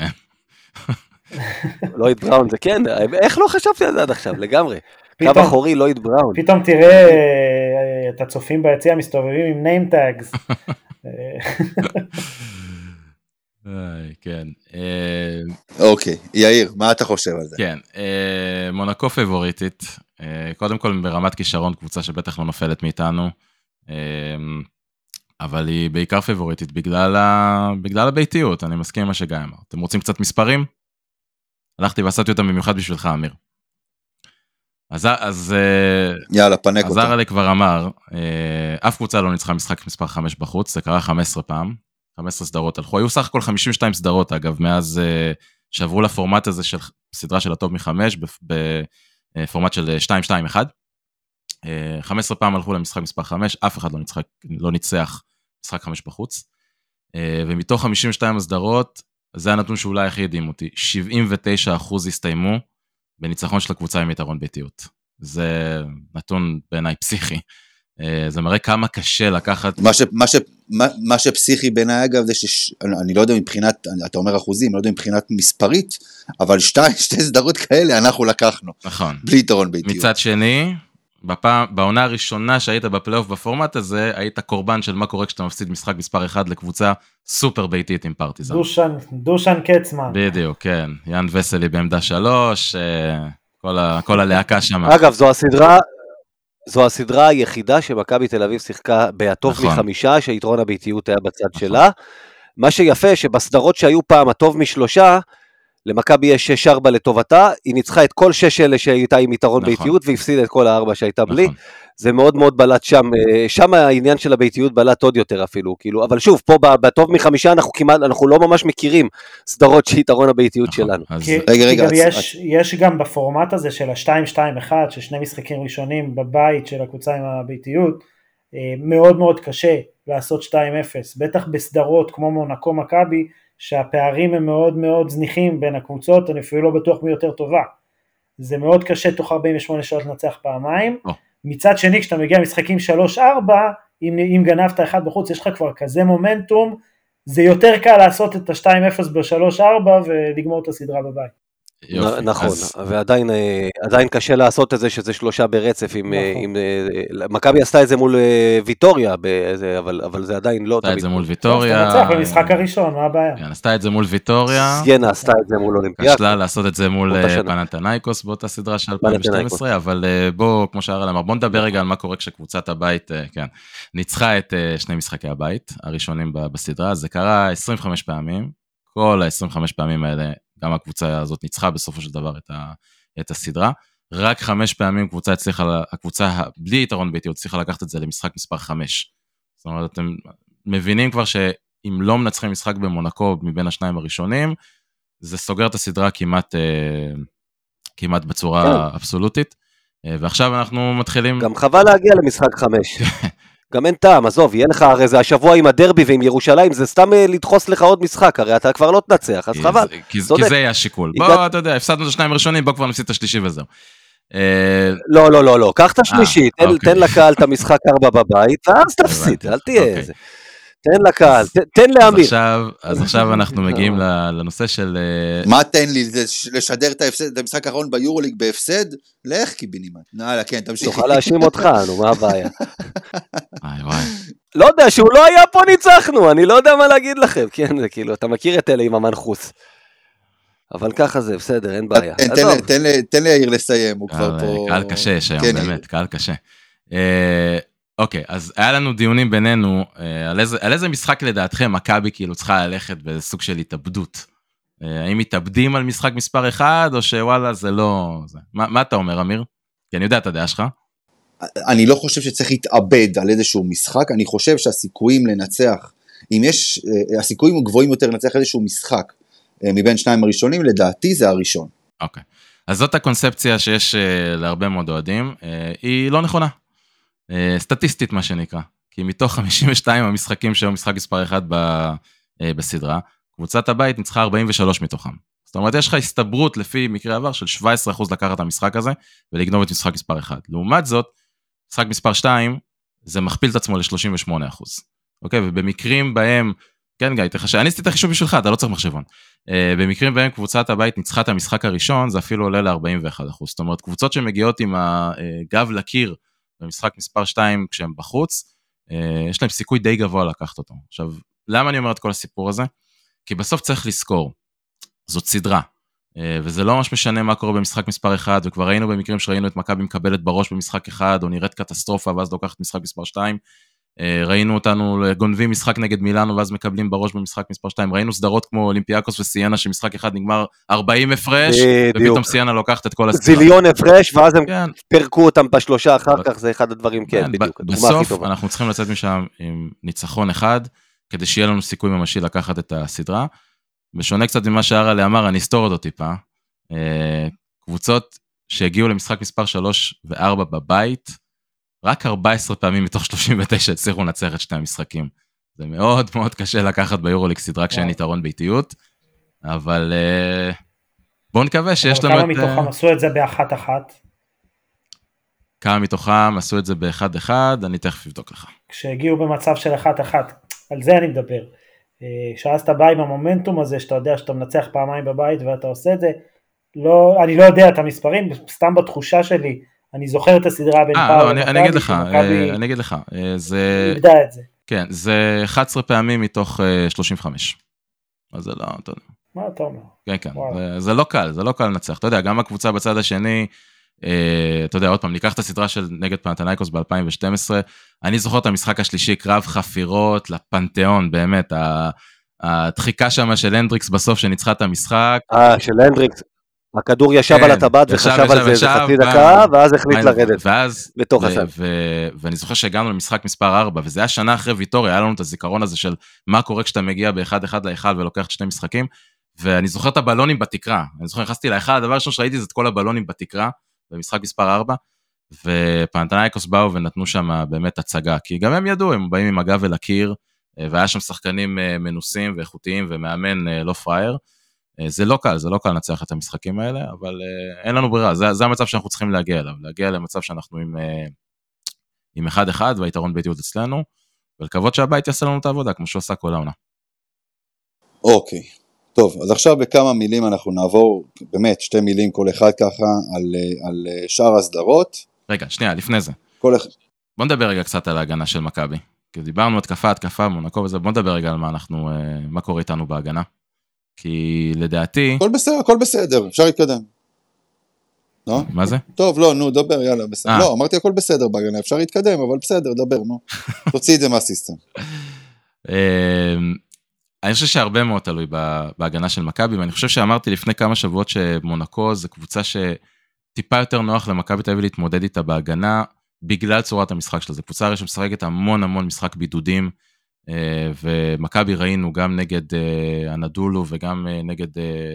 לויד בראון זה כן, איך לא חשבתי על זה עד עכשיו, לגמרי. קו אחורי לויד בראון. פתאום תראה את הצופים ביציע מסתובבים עם name tags. כן. אוקיי, יאיר, מה אתה חושב על זה? כן, מונקו פייבוריטית, קודם כל ברמת כישרון קבוצה שבטח לא נופלת מאיתנו, אבל היא בעיקר פייבוריטית בגלל הביתיות, אני מסכים עם מה שגיא אמר. אתם רוצים קצת מספרים? הלכתי ועשיתי אותם במיוחד בשבילך, אמיר. אז יאללה, פנק אותה. אז ארלי כבר אמר, אף קבוצה לא ניצחה משחק מספר 5 בחוץ, זה קרה 15 פעם, 15 סדרות הלכו, היו סך הכל 52 סדרות אגב, מאז שעברו לפורמט הזה של סדרה של הטוב מ5, בפורמט של 2-2-1, 15 פעם הלכו למשחק מספר 5, אף אחד לא ניצח משחק 5 בחוץ, ומתוך 52 הסדרות, זה הנתון שאולי הכי הדהים אותי, 79% הסתיימו בניצחון של הקבוצה עם יתרון ביתיות. זה נתון בעיניי פסיכי. זה מראה כמה קשה לקחת... מה שפסיכי בעיניי אגב, זה אני לא יודע מבחינת, אתה אומר אחוזים, אני לא יודע מבחינת מספרית, אבל שתי סדרות כאלה אנחנו לקחנו. נכון. בלי יתרון ביתיות. מצד שני, בעונה הראשונה שהיית בפלייאוף בפורמט הזה, היית קורבן של מה קורה כשאתה מפסיד משחק מספר 1 לקבוצה סופר ביתית עם פרטיזן. דושן קצמן. בדיוק, כן. יאן וסלי בעמדה 3, כל הלהקה שם. אגב, זו הסדרה היחידה שמכבי תל אביב שיחקה בהטוב מ5, שהיתרון הביתיות היה בצד שלה. מה שיפה, שבסדרות שהיו פעם הטוב מ3, למכבי יש 6-4 לטובתה, היא ניצחה את כל 6 אלה שהייתה עם יתרון ביתיות, והפסידה את כל 4 שהייתה בלי, זה מאוד מאוד בלט שם העניין של הביתיות בלט עוד יותר אפילו, כאילו, אבל שוב, פה בטוב מ5 אנחנו לא ממש מכירים סדרות שיתרון הביתיות שלנו. רגע, יש גם בפורמט הזה של ה-2-2-1, של שני משחקים ראשונים בבית של הקבוצה עם הביתיות, מאוד מאוד קשה לעשות 2-0, בטח בסדרות כמו מונקו מכבי, שהפערים הם מאוד מאוד זניחים בין הקבוצות, אני אפילו לא בטוח מי יותר טובה. זה מאוד קשה תוך 48 שעות לנצח פעמיים. מצד שני, כשאתה מגיע למשחקים 3-4, אם גנבת אחד בחוץ, יש לך כבר כזה מומנטום, זה יותר קל לעשות את ה-2-0 ב-3-4 ולגמור את הסדרה בבית. נכון, ועדיין קשה לעשות את זה שזה 3 ברצף, מכבי עשתה את זה מול ויטוריה, אבל זה עדיין לא... עשתה את זה מול ויטוריה. אתה נצח במשחק הראשון, מה הבעיה? עשתה את זה מול ויטוריה. סיינה עשתה את זה מול אולימפיאקוס. כשלה לעשות את זה מול פנתנייקוס באותה סדרה של 2012, אבל בוא, כמו שהרל אמר, בוא נדבר רגע על מה קורה כשקבוצת הבית, כן, ניצחה את שני משחקי הבית הראשונים בסדרה, זה קרה 25 פעמים, כל ה-25 פעמים האלה, גם הקבוצה הזאת ניצחה בסופו של דבר את הסדרה, רק 5 פעמים הקבוצה בלי יתרון ביתיות הצליחה לקחת את זה למשחק מספר 5. זאת אומרת, אתם מבינים כבר שאם לא מנצחים משחק במונקו מבין השניים הראשונים, זה סוגר את הסדרה כמעט בצורה אבסולוטית, ועכשיו אנחנו מתחילים... גם חבל להגיע למשחק 5. גם אין טעם, עזוב, יהיה לך, הרי זה השבוע עם הדרבי ועם ירושלים, זה סתם לדחוס לך עוד משחק, הרי אתה כבר לא תנצח, אז חבל. כי זה יהיה השיקול. בוא, אתה יודע, הפסדנו את השניים הראשונים, בוא כבר נפסיד את השלישי וזהו. לא, קח את השלישי, תן לקהל את המשחק 4 בבית, ואז תפסיד, אל תהיה איזה. תן לקהל, תן לאמיר. אז עכשיו אנחנו מגיעים לנושא של... מה תן לי? לשדר את המשחק האחרון ביורוליג בהפסד? לך קיבינימט. נעלה, כן, תמשיך. תוכל להאשים אותך, נו, מה הבעיה? וואי. לא יודע, שהוא לא היה פה ניצחנו, אני לא יודע מה להגיד לכם. כן, זה כאילו, אתה מכיר את אלה עם המנחוס. אבל ככה זה, בסדר, אין בעיה. תן לי יאיר לסיים, הוא כבר פה... קהל קשה יש היום, באמת, קהל קשה. אוקיי, אז היה לנו דיונים בינינו, על איזה משחק לדעתכם מכבי כאילו צריכה ללכת בסוג של התאבדות? האם מתאבדים על משחק מספר 1, או שוואלה זה לא... מה אתה אומר, אמיר? כי אני יודע את הדעה שלך. אני לא חושב שצריך להתאבד על איזשהו משחק, אני חושב שהסיכויים לנצח, אם יש, הסיכויים גבוהים יותר לנצח איזשהו משחק, מבין שניים הראשונים, לדעתי זה הראשון. אוקיי, אז זאת הקונספציה שיש להרבה מאוד אוהדים, היא לא נכונה. סטטיסטית מה שנקרא, כי מתוך 52 המשחקים שהיו משחק מספר 1 בסדרה, קבוצת הבית ניצחה 43 מתוכם. זאת אומרת, יש לך הסתברות לפי מקרה עבר של 17% לקחת את המשחק הזה, ולגנוב את משחק מספר 1. לעומת זאת, משחק מספר 2, זה מכפיל את עצמו ל-38%. אוקיי, ובמקרים בהם, כן גיא, אני עשיתי את החישוב בשבילך, אתה לא צריך מחשבון. במקרים בהם קבוצת הבית ניצחה את המשחק הראשון, זה אפילו עולה ל-41%. זאת אומרת, קבוצות שמגיעות עם הגב לקיר, במשחק מספר 2 כשהם בחוץ, יש להם סיכוי די גבוה לקחת אותו. עכשיו, למה אני אומר את כל הסיפור הזה? כי בסוף צריך לזכור, זאת סדרה, וזה לא ממש משנה מה קורה במשחק מספר 1, וכבר ראינו במקרים שראינו את מכבי מקבלת בראש במשחק 1, או נראית קטסטרופה, ואז לוקחת משחק מספר 2, ראינו אותנו גונבים משחק נגד מילאנו, ואז מקבלים בראש במשחק מספר 2, ראינו סדרות כמו אולימפיאקוס וסיינה, שמשחק אחד נגמר 40 הפרש, ופתאום סיינה לוקחת את כל הסדרה. זיליון הפרש, ואז הם פרקו אותם בשלושה אחר כך, זה אחד הדברים, כן, בדיוק. בסוף אנחנו צריכים לצאת משם עם ניצחון אחד, כדי שיהיה לנו סיכוי ממשי לקחת את הסדרה, ושונה קצת ממה שהרל אמר, אני אסתור אותו טיפה, קבוצות שהגיעו למשחק מספר 3 ו4 בבית, רק 14 פעמים מתוך 39 הצליחו לנצח את שני המשחקים. זה מאוד מאוד קשה לקחת ביורוליג סדרה כשאין יתרון ביתיות, אבל בואו נקווה שיש לנו את... כמה מתוכם עשו את זה ב-1-1? כמה מתוכם עשו את זה ב-1-1, אני תכף אבדוק לך. כשהגיעו במצב של 1-1, על זה אני מדבר. שאז אתה בא עם המומנטום הזה, שאתה יודע שאתה מנצח פעמיים בבית ואתה עושה את זה, אני לא יודע את המספרים, סתם בתחושה שלי, אני זוכר את הסדרה בין פאו ומכבי, אני אגיד לך, זה... נבדע את זה. כן, זה 11 פעמים מתוך 35. אז זה לא, אתה יודע. מה אתה אומר? כן, כן, זה לא קל, זה לא קל לנצח. אתה יודע, גם הקבוצה בצד השני, אתה יודע, עוד פעם, ניקח את הסדרה של נגד פנתנייקוס ב-2012, אני זוכר את המשחק השלישי, קרב חפירות לפנתיאון, באמת, הדחיקה שם של הנדריקס בסוף שניצחה את המשחק. של הנדריקס. הכדור ישב על הטבעת וחשב על זה איזה חצי דקה, ואז החליט לרדת בתוך הסל. ואני זוכר שהגענו למשחק מספר 4, וזה היה שנה אחרי ויטוריה, היה לנו את הזיכרון הזה של מה קורה כשאתה מגיע ב-1-1 להיכל ולוקח את שני משחקים, ואני זוכר את הבלונים בתקרה, אני זוכר נכנסתי להיכל, הדבר הראשון שראיתי זה את כל הבלונים בתקרה, במשחק מספר 4, ופנתנייקוס באו ונתנו שם באמת הצגה, כי גם הם ידעו, הם באים עם הגב אל הקיר, והיה שם שחקנים מנוסים ואיכותיים ומאמן לא פרייר, זה לא קל לנצח את המשחקים האלה, אבל אין לנו ברירה, זה המצב שאנחנו צריכים להגיע אליו, להגיע למצב שאנחנו עם 1-1 והיתרון ביתיות אצלנו, ולקוות שהבית יעשה לנו את העבודה, כמו שהוא עשה כל העונה. אוקיי, טוב, אז עכשיו בכמה מילים אנחנו נעבור, באמת 2 מילים כל אחד ככה, על שאר הסדרות. רגע, שנייה, לפני זה. בוא נדבר רגע קצת על ההגנה של מכבי, כי דיברנו התקפה, מונקו וזה, בוא נדבר רגע על מה קורה איתנו בהגנה. כי לדעתי... הכל בסדר, אפשר להתקדם. לא? מה זה? טוב, לא, נו, דבר, יאללה, בסדר. לא, אמרתי הכל בסדר בהגנה, אפשר להתקדם, אבל בסדר, דבר, נו. תוציא את זה מהסיסטם. אני חושב שהרבה מאוד תלוי בהגנה של מכבי, ואני חושב שאמרתי לפני כמה שבועות שמונקו זה קבוצה שטיפה יותר נוח למכבי תל אביב להתמודד איתה בהגנה, בגלל צורת המשחק שלה. זו קבוצה הרי שמשחקת המון משחק בידודים, ומכבי ראינו גם נגד אנדולו וגם נגד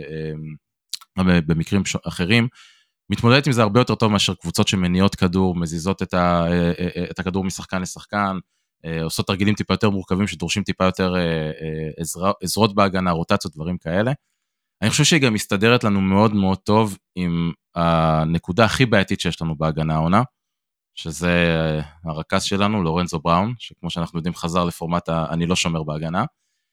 במקרים אחרים, מתמודדת עם זה הרבה יותר טוב מאשר קבוצות שמניעות כדור, מזיזות את הכדור משחקן לשחקן, עושות תרגילים טיפה יותר מורכבים שדורשים טיפה יותר עזרות בהגנה, רוטציות, דברים כאלה. אני חושב שהיא גם מסתדרת לנו מאוד מאוד טוב עם הנקודה הכי בעייתית שיש לנו בהגנה העונה, שזה הרכז שלנו, לורנזו בראון, שכמו שאנחנו יודעים חזר לפורמט אני לא שומר בהגנה,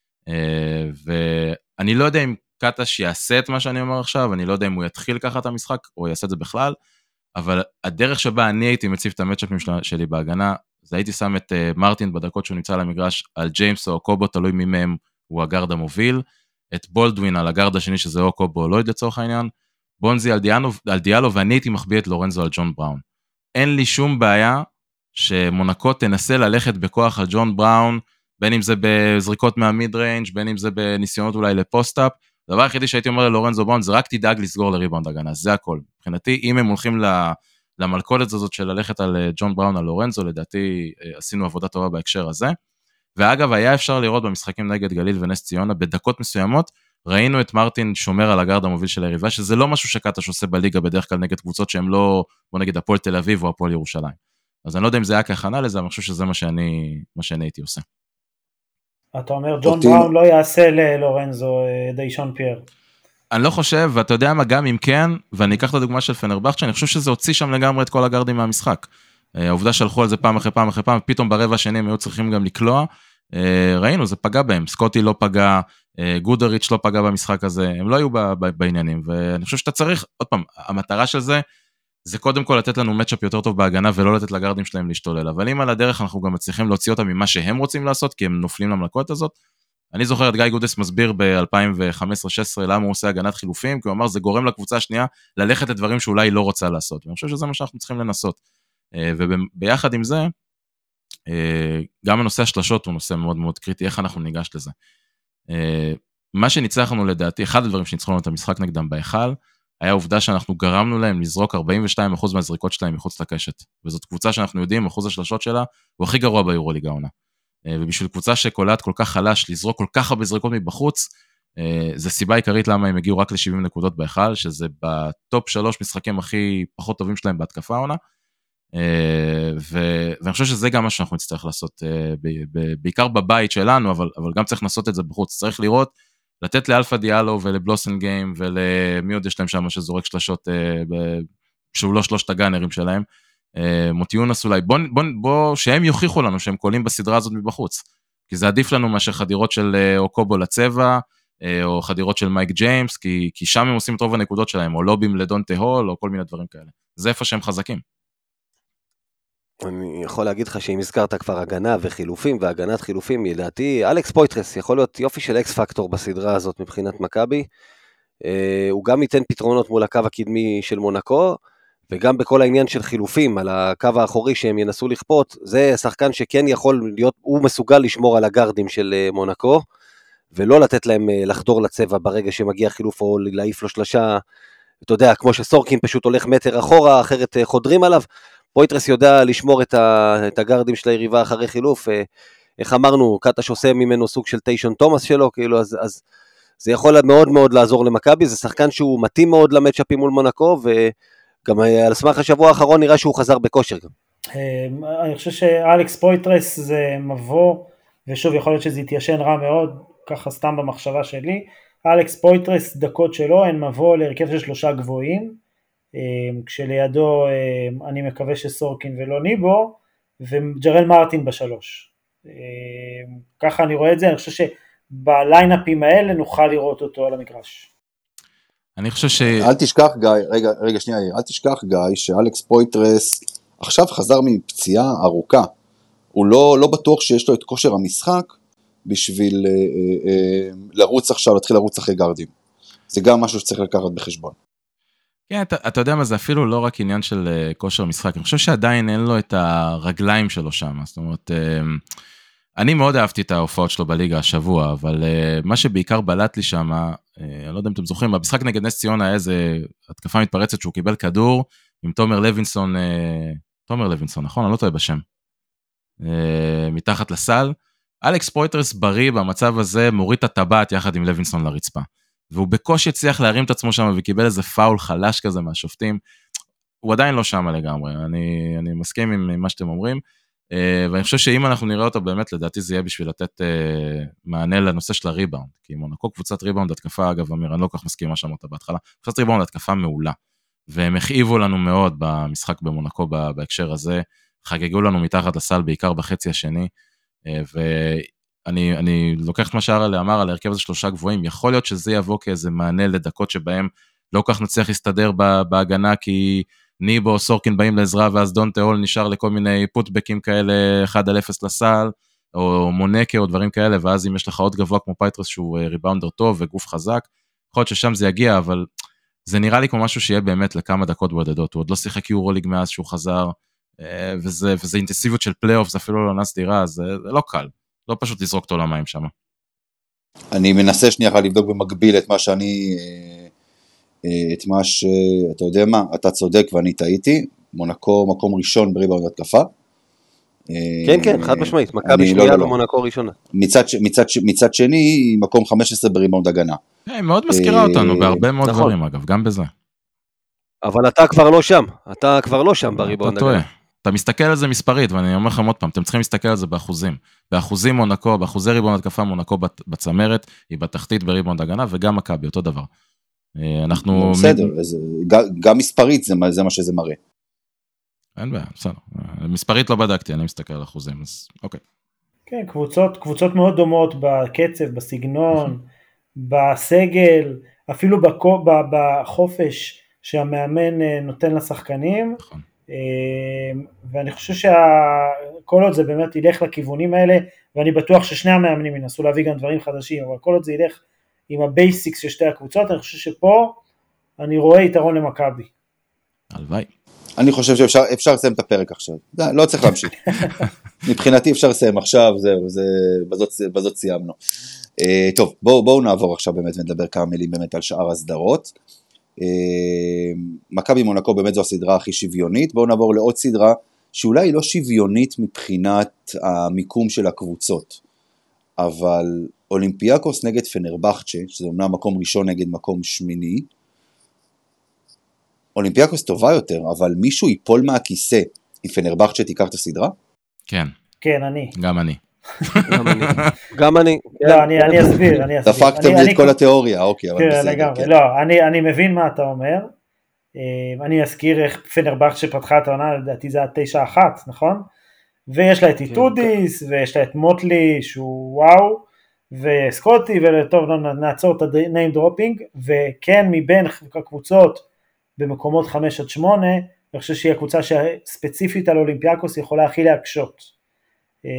ואני לא יודע אם קטש יעשה את מה שאני אומר עכשיו, אני לא יודע אם הוא יתחיל ככה את המשחק, או יעשה את זה בכלל, אבל הדרך שבה אני הייתי מציב את המאצ'אפים שלי בהגנה, זה הייתי שם את מרטין בדקות שהוא נמצא על המגרש, על ג'יימס או קובו, תלוי מי מהם הוא הגארד המוביל, את בולדווין על הגארד השני שזה או קובו או לויד לצורך העניין, בונזי על דיאלו, ואני הייתי מחביא את לורנזו על ג'ון בראון. אין לי שום בעיה שמונקו תנסה ללכת בכוח על ג'ון בראון, בין אם זה בזריקות מהמיד ריינג', בין אם זה בניסיונות אולי לפוסט-אפ, הדבר היחידי שהייתי אומר ללורנזו בראון, זה רק תדאג לסגור לריבאונד הגנה, זה הכל. מבחינתי, אם הם הולכים למלכודת הזאת של ללכת על ג'ון בראון על לורנזו, לדעתי עשינו עבודה טובה בהקשר הזה, ואגב, היה אפשר לראות במשחקים נגד גליל ונס ציונה, בדקות מסוימות, ראינו את מרטין שומר על הגארד המוביל של היריבה, שזה לא משהו שקטש עושה בליגה בדרך כלל נגד קבוצות שהן לא, בוא נגיד, הפועל תל אביב או הפועל ירושלים. אז אני לא יודע אם זה היה כהכנה לזה, אבל אני חושב שזה מה שאני הייתי עושה. אתה אומר, ג'ון בראון לא יעשה ללורנזו דיישון פייר. אני לא חושב, ואתה יודע מה, גם אם כן, ואני אקח את הדוגמה של פנרבכצ'ה, אני חושב שזה הוציא שם לגמרי את כל הגארדים מהמשחק. העובדה שהלכו על זה פעם אחרי פעם אחרי פעם, פתאום ברבע השני הם היו צריכים גם לקלוע, ראינו, זה פגע בהם, סקוטי לא פגע, גודריץ' לא פגע במשחק הזה, הם לא היו בעניינים, ואני חושב שאתה צריך, עוד פעם, המטרה של זה, זה קודם כל לתת לנו מאצ'אפ יותר טוב בהגנה, ולא לתת לגארדים שלהם להשתולל, אבל אם על הדרך אנחנו גם מצליחים להוציא אותם ממה שהם רוצים לעשות, כי הם נופלים למלכות הזאת, אני זוכר את גיא גודס מסביר ב-2015-16 למה הוא עושה הגנת חילופים, כי הוא אמר זה גורם לקבוצה השנייה ללכת לדברים שאולי לא רוצה לעשות, ואני חושב שזה מה שאנחנו צריכים לנסות, וביחד עם זה, גם הנושא השלשות הוא נושא מאוד מאוד קריטי, איך אנחנו ניגש לזה. מה שניצחנו לדעתי, אחד הדברים שניצחנו את המשחק נגדם בהיכל, היה העובדה שאנחנו גרמנו להם לזרוק 42% מהזריקות שלהם מחוץ לקשת, וזאת קבוצה שאנחנו יודעים, אחוז השלשות שלה הוא הכי גרוע ביורוליגה העונה. ובשביל קבוצה שקולעת כל כך חלש, לזרוק כל כך הרבה זריקות מבחוץ, זה סיבה עיקרית למה הם הגיעו רק ל-70 נקודות בהיכל, שזה בטופ 3 משחקים הכי פחות טובים שלהם בהתקפה העונה, ואני חושב שזה גם מה שאנחנו נצטרך לעשות, בעיקר בבית שלנו, אבל גם צריך לנסות את זה בחוץ, צריך לראות, לתת לאלפא דיאלו ולבלוסן גיים, ולמי עוד יש להם שם שזורק שלשות, שהוא לא שלושת הגאנרים שלהם, מוטיונס אולי, בוא שהם יוכיחו לנו שהם קולים בסדרה הזאת מבחוץ, כי זה עדיף לנו מאשר חדירות של אוקובו לצבע, או חדירות של מייק ג'יימס, כי שם הם עושים את רוב הנקודות שלהם, או לובים לדונטה הול, או כל מיני דברים כאלה. זה איפה שהם חזקים. אני יכול להגיד לך שאם הזכרת כבר הגנה וחילופים, והגנת חילופים, לדעתי, אלכס פויטרס יכול להיות יופי של אקס פקטור בסדרה הזאת מבחינת מכבי, הוא גם ייתן פתרונות מול הקו הקדמי של מונקו, וגם בכל העניין של חילופים, על הקו האחורי שהם ינסו לכפות, זה שחקן שכן יכול להיות, הוא מסוגל לשמור על הגארדים של מונקו, ולא לתת להם לחדור לצבע ברגע שמגיע חילוף או להעיף לו שלשה, אתה יודע, כמו שסורקין פשוט הולך מטר אחורה, אחרת חודרים עליו, פויטרס יודע לשמור את הגרדים של היריבה אחרי חילוף, איך אמרנו, קטש עושה ממנו סוג של טיישון תומאס שלו, כאילו, אז זה יכול מאוד מאוד לעזור למכבי, זה שחקן שהוא מתאים מאוד למצ'אפים מול מונקו, וגם על סמך השבוע האחרון נראה שהוא חזר בכושר גם. אני חושב שאלכס פויטרס זה מבוא, ושוב יכול להיות שזה יתיישן רע מאוד, ככה סתם במחשבה שלי, אלכס פויטרס דקות שלו, הן מבוא להרכב של 3 גבוהים, כשלידו אני מקווה שסורקין ולא ניבו, וג'רל מרטין ב3. ככה אני רואה את זה, אני חושב שבליינאפים האלה נוכל לראות אותו על המגרש. אני חושב אל תשכח גיא, רגע שנייה, אל תשכח גיא, שאלכס פויטרס עכשיו חזר מפציעה ארוכה, הוא לא בטוח שיש לו את כושר המשחק, בשביל לרוץ עכשיו, להתחיל לרוץ אחרי גרדים. זה גם משהו שצריך לקחת בחשבון. כן, אתה יודע מה, זה אפילו לא רק עניין של כושר משחק, אני חושב שעדיין אין לו את הרגליים שלו שם, זאת אומרת, אני מאוד אהבתי את ההופעות שלו בליגה השבוע, אבל מה שבעיקר בלט לי שם, אני לא יודע אם אתם זוכרים, במשחק נגד נס ציונה היה איזה התקפה מתפרצת שהוא קיבל כדור, עם תומר לוינסון, נכון? אני לא טועה בשם, מתחת לסל, אלכס פויטרס בריא במצב הזה, מוריד את הטבעת יחד עם לוינסון לרצפה, והוא בקושי הצליח להרים את עצמו שם, וקיבל איזה פאול חלש כזה מהשופטים, הוא עדיין לא שם לגמרי, אני מסכים עם מה שאתם אומרים, ואני חושב שאם אנחנו נראה אותו באמת, לדעתי זה יהיה בשביל לתת מענה לנושא של הריבאונד, כי מונקו קבוצת ריבאונד התקפה, אגב אמיר, אני לא כך מסכים מה שאמרת בהתחלה, קבוצת ריבאונד התקפה מעולה, והם הכאיבו לנו מאוד במשחק במונקו בהקשר הזה, חגגו לנו מתחת לסל בעיקר בחצי השני, ואני לוקח את מה שהרלה אמר על הרכב הזה 3 גבוהים, יכול להיות שזה יבוא כאיזה מענה לדקות שבהם לא כך נצליח להסתדר בהגנה, כי ניבו או סורקין באים לעזרה, ואז דון תיאול נשאר לכל מיני פוטבקים כאלה, 1-0 לסל, או מונקה או דברים כאלה, ואז אם יש לך עוד גבוה כמו פייטרס שהוא ריבאונדר טוב וגוף חזק, יכול להיות ששם זה יגיע, אבל זה נראה לי כמו משהו שיהיה באמת לכמה דקות בודדות, הוא עוד לא שיחק יורוליג מאז שהוא חזר, וזה אינטנסיביות של פלייאוף, זה אפילו לא נס דירה, זה לא קל, לא פשוט לזרוק אותו למים שם. אני מנסה שנייה לבדוק במקביל את מה אתה יודע מה, אתה צודק ואני טעיתי, מונקו מקום ראשון בריבאונד התקפה. כן, חד משמעית, מכבי שנייה במונקו ראשונה. מצד שני, מקום 15 בריבאונד הגנה. היא מאוד מזכירה אותנו בהרבה מאוד דברים אגב, גם בזה. אבל אתה כבר לא שם בריבאונד הגנה. אתה מסתכל על זה מספרית, ואני אומר לכם עוד פעם, אתם צריכים להסתכל על זה באחוזים מונקו, באחוזי ריבאונד התקפה מונקו בצמרת, היא בתחתית בריבאונד הגנה, וגם מכבי, אותו דבר. אנחנו... בסדר, גם מספרית זה מה שזה מראה. אין בעיה, בסדר. מספרית לא בדקתי, אני מסתכל על אחוזים, אז אוקיי. כן, קבוצות מאוד דומות בקצב, בסגנון, בסגל, אפילו בחופש שהמאמן נותן לשחקנים, נכון. ואני חושב שכל עוד זה באמת ילך לכיוונים האלה, ואני בטוח ששני המאמנים ינסו להביא גם דברים חדשים, אבל כל עוד זה ילך עם הבייסיקס של שתי הקבוצות, אני חושב שפה אני רואה יתרון למכבי. הלוואי. אני חושב שאפשר לסיים את הפרק עכשיו, לא צריך להמשיך. מבחינתי אפשר לסיים עכשיו, בזאת סיימנו. טוב, בואו נעבור עכשיו באמת ונדבר כמה מילים באמת על שאר הסדרות. מכבי מונקו באמת זו הסדרה הכי שוויונית, בואו נעבור לעוד סדרה שאולי היא לא שוויונית מבחינת המיקום של הקבוצות, אבל אולימפיאקוס נגד פנרבחצ'ה, שזה אומנם מקום ראשון נגד מקום שמיני, אולימפיאקוס טובה יותר, אבל מישהו ייפול מהכיסא אם פנרבחצ'ה תיקח את הסדרה? כן. כן, אני. גם אני. לא, אני אסביר. דפקתם לי את כל התיאוריה, אוקיי, אבל בסדר. לא, אני מבין מה אתה אומר. אני אזכיר איך פנרבחצ'ה פתחה את העונה, לדעתי זה היה 9-1, נכון? ויש לה את איטודיס, ויש לה את מוטלי, שהוא וואו, וסקוטי, וטוב, נעצור את ה-name dropping, וכן מבין הקבוצות במקומות 5-8, אני חושב שהיא הקבוצה שספציפית על אולימפיאקוס יכולה הכי להקשות.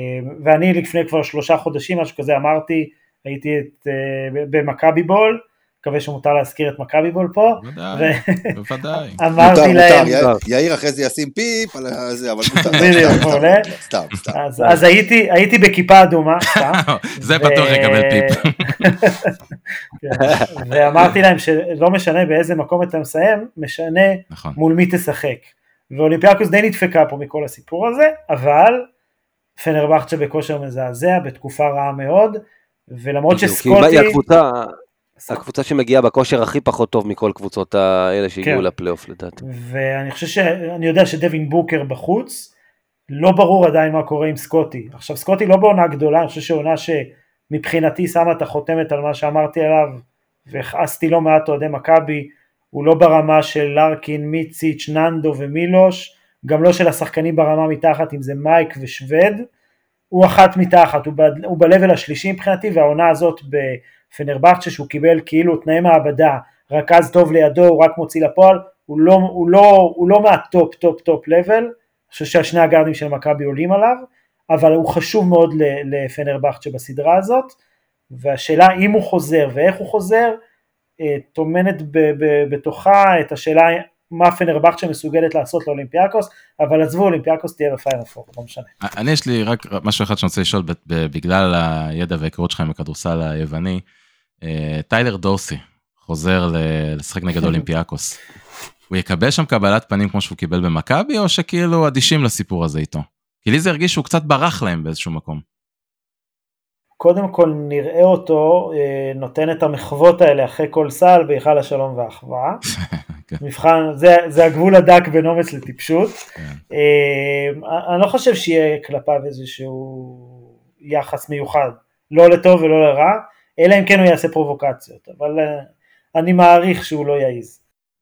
ואני לפני כבר 3 חודשים, משהו כזה אמרתי, הייתי במכבי בול, מקווה שמותר להזכיר את מכבי בול פה. בוודאי. אמרתי להם... יאיר אחרי זה ישים פיפ על זה, אבל סתם. אז הייתי בכיפה אדומה, סתם. זה בטוח יקבל פיפ. ואמרתי להם שלא משנה באיזה מקום אתה מסיים, משנה מול מי תשחק. ואולימפיאקוס די נדפקה פה מכל הסיפור הזה, אבל פנרבחצ'ה בכושר מזעזע, בתקופה רעה מאוד, ולמרות שסקוטי... הקבוצה שמגיעה בכושר הכי פחות טוב מכל קבוצות האלה שהגיעו לפלייאוף לדעתי. ואני חושב שאני יודע שדווין בוקר בחוץ, לא ברור עדיין מה קורה עם סקוטי. עכשיו סקוטי לא בעונה גדולה, אני חושב שעונה שמבחינתי שמה את החותמת על מה שאמרתי עליו, והכעסתי לא מעט אוהדי מכבי, הוא לא ברמה של לרקין, מיציץ', ננדו ומילוש, גם לא של השחקנים ברמה מתחת, אם זה מייק ושווד, הוא אחת מתחת, הוא בלבל השלישי מבחינתי, והעונה הזאת בפנרבחצ'ה שהוא קיבל כאילו תנאי מעבדה, רכז טוב לידו, הוא רק מוציא לפועל, הוא לא מהטופ טופ טופ לבל, אני חושב שהשני הגארדים של מכבי עולים עליו, אבל הוא חשוב מאוד לפנרבחצ'ה בסדרה הזאת, והשאלה אם הוא חוזר ואיך הוא חוזר, תומנת בתוכה את השאלה מה פנרבחצ'ה מסוגלת לעשות לאולימפיאקוס, אבל עזבו, אולימפיאקוס תהיה בפיינל פור, לא משנה. אני יש לי רק משהו אחד שאני רוצה לשאול, בגלל הידע וההיכרות שלך עם הכדורסל היווני, טיילר דורסי חוזר לשחק נגד אולימפיאקוס, הוא יקבל שם קבלת פנים כמו שהוא קיבל במכבי, או שכאילו אדישים לסיפור הזה איתו? כי לי זה הרגיש שהוא קצת ברח להם באיזשהו מקום. קודם כל נראה אותו נותן את המחוות האלה אחרי כל סל בהיכל השלום והאחווה. מבחן, זה הגבול הדק בין אומץ לטיפשות. אני לא חושב שיהיה כלפיו איזשהו יחס מיוחד, לא לטוב ולא לרע, אלא אם כן הוא יעשה פרובוקציות, אבל אני מעריך שהוא לא יעיז.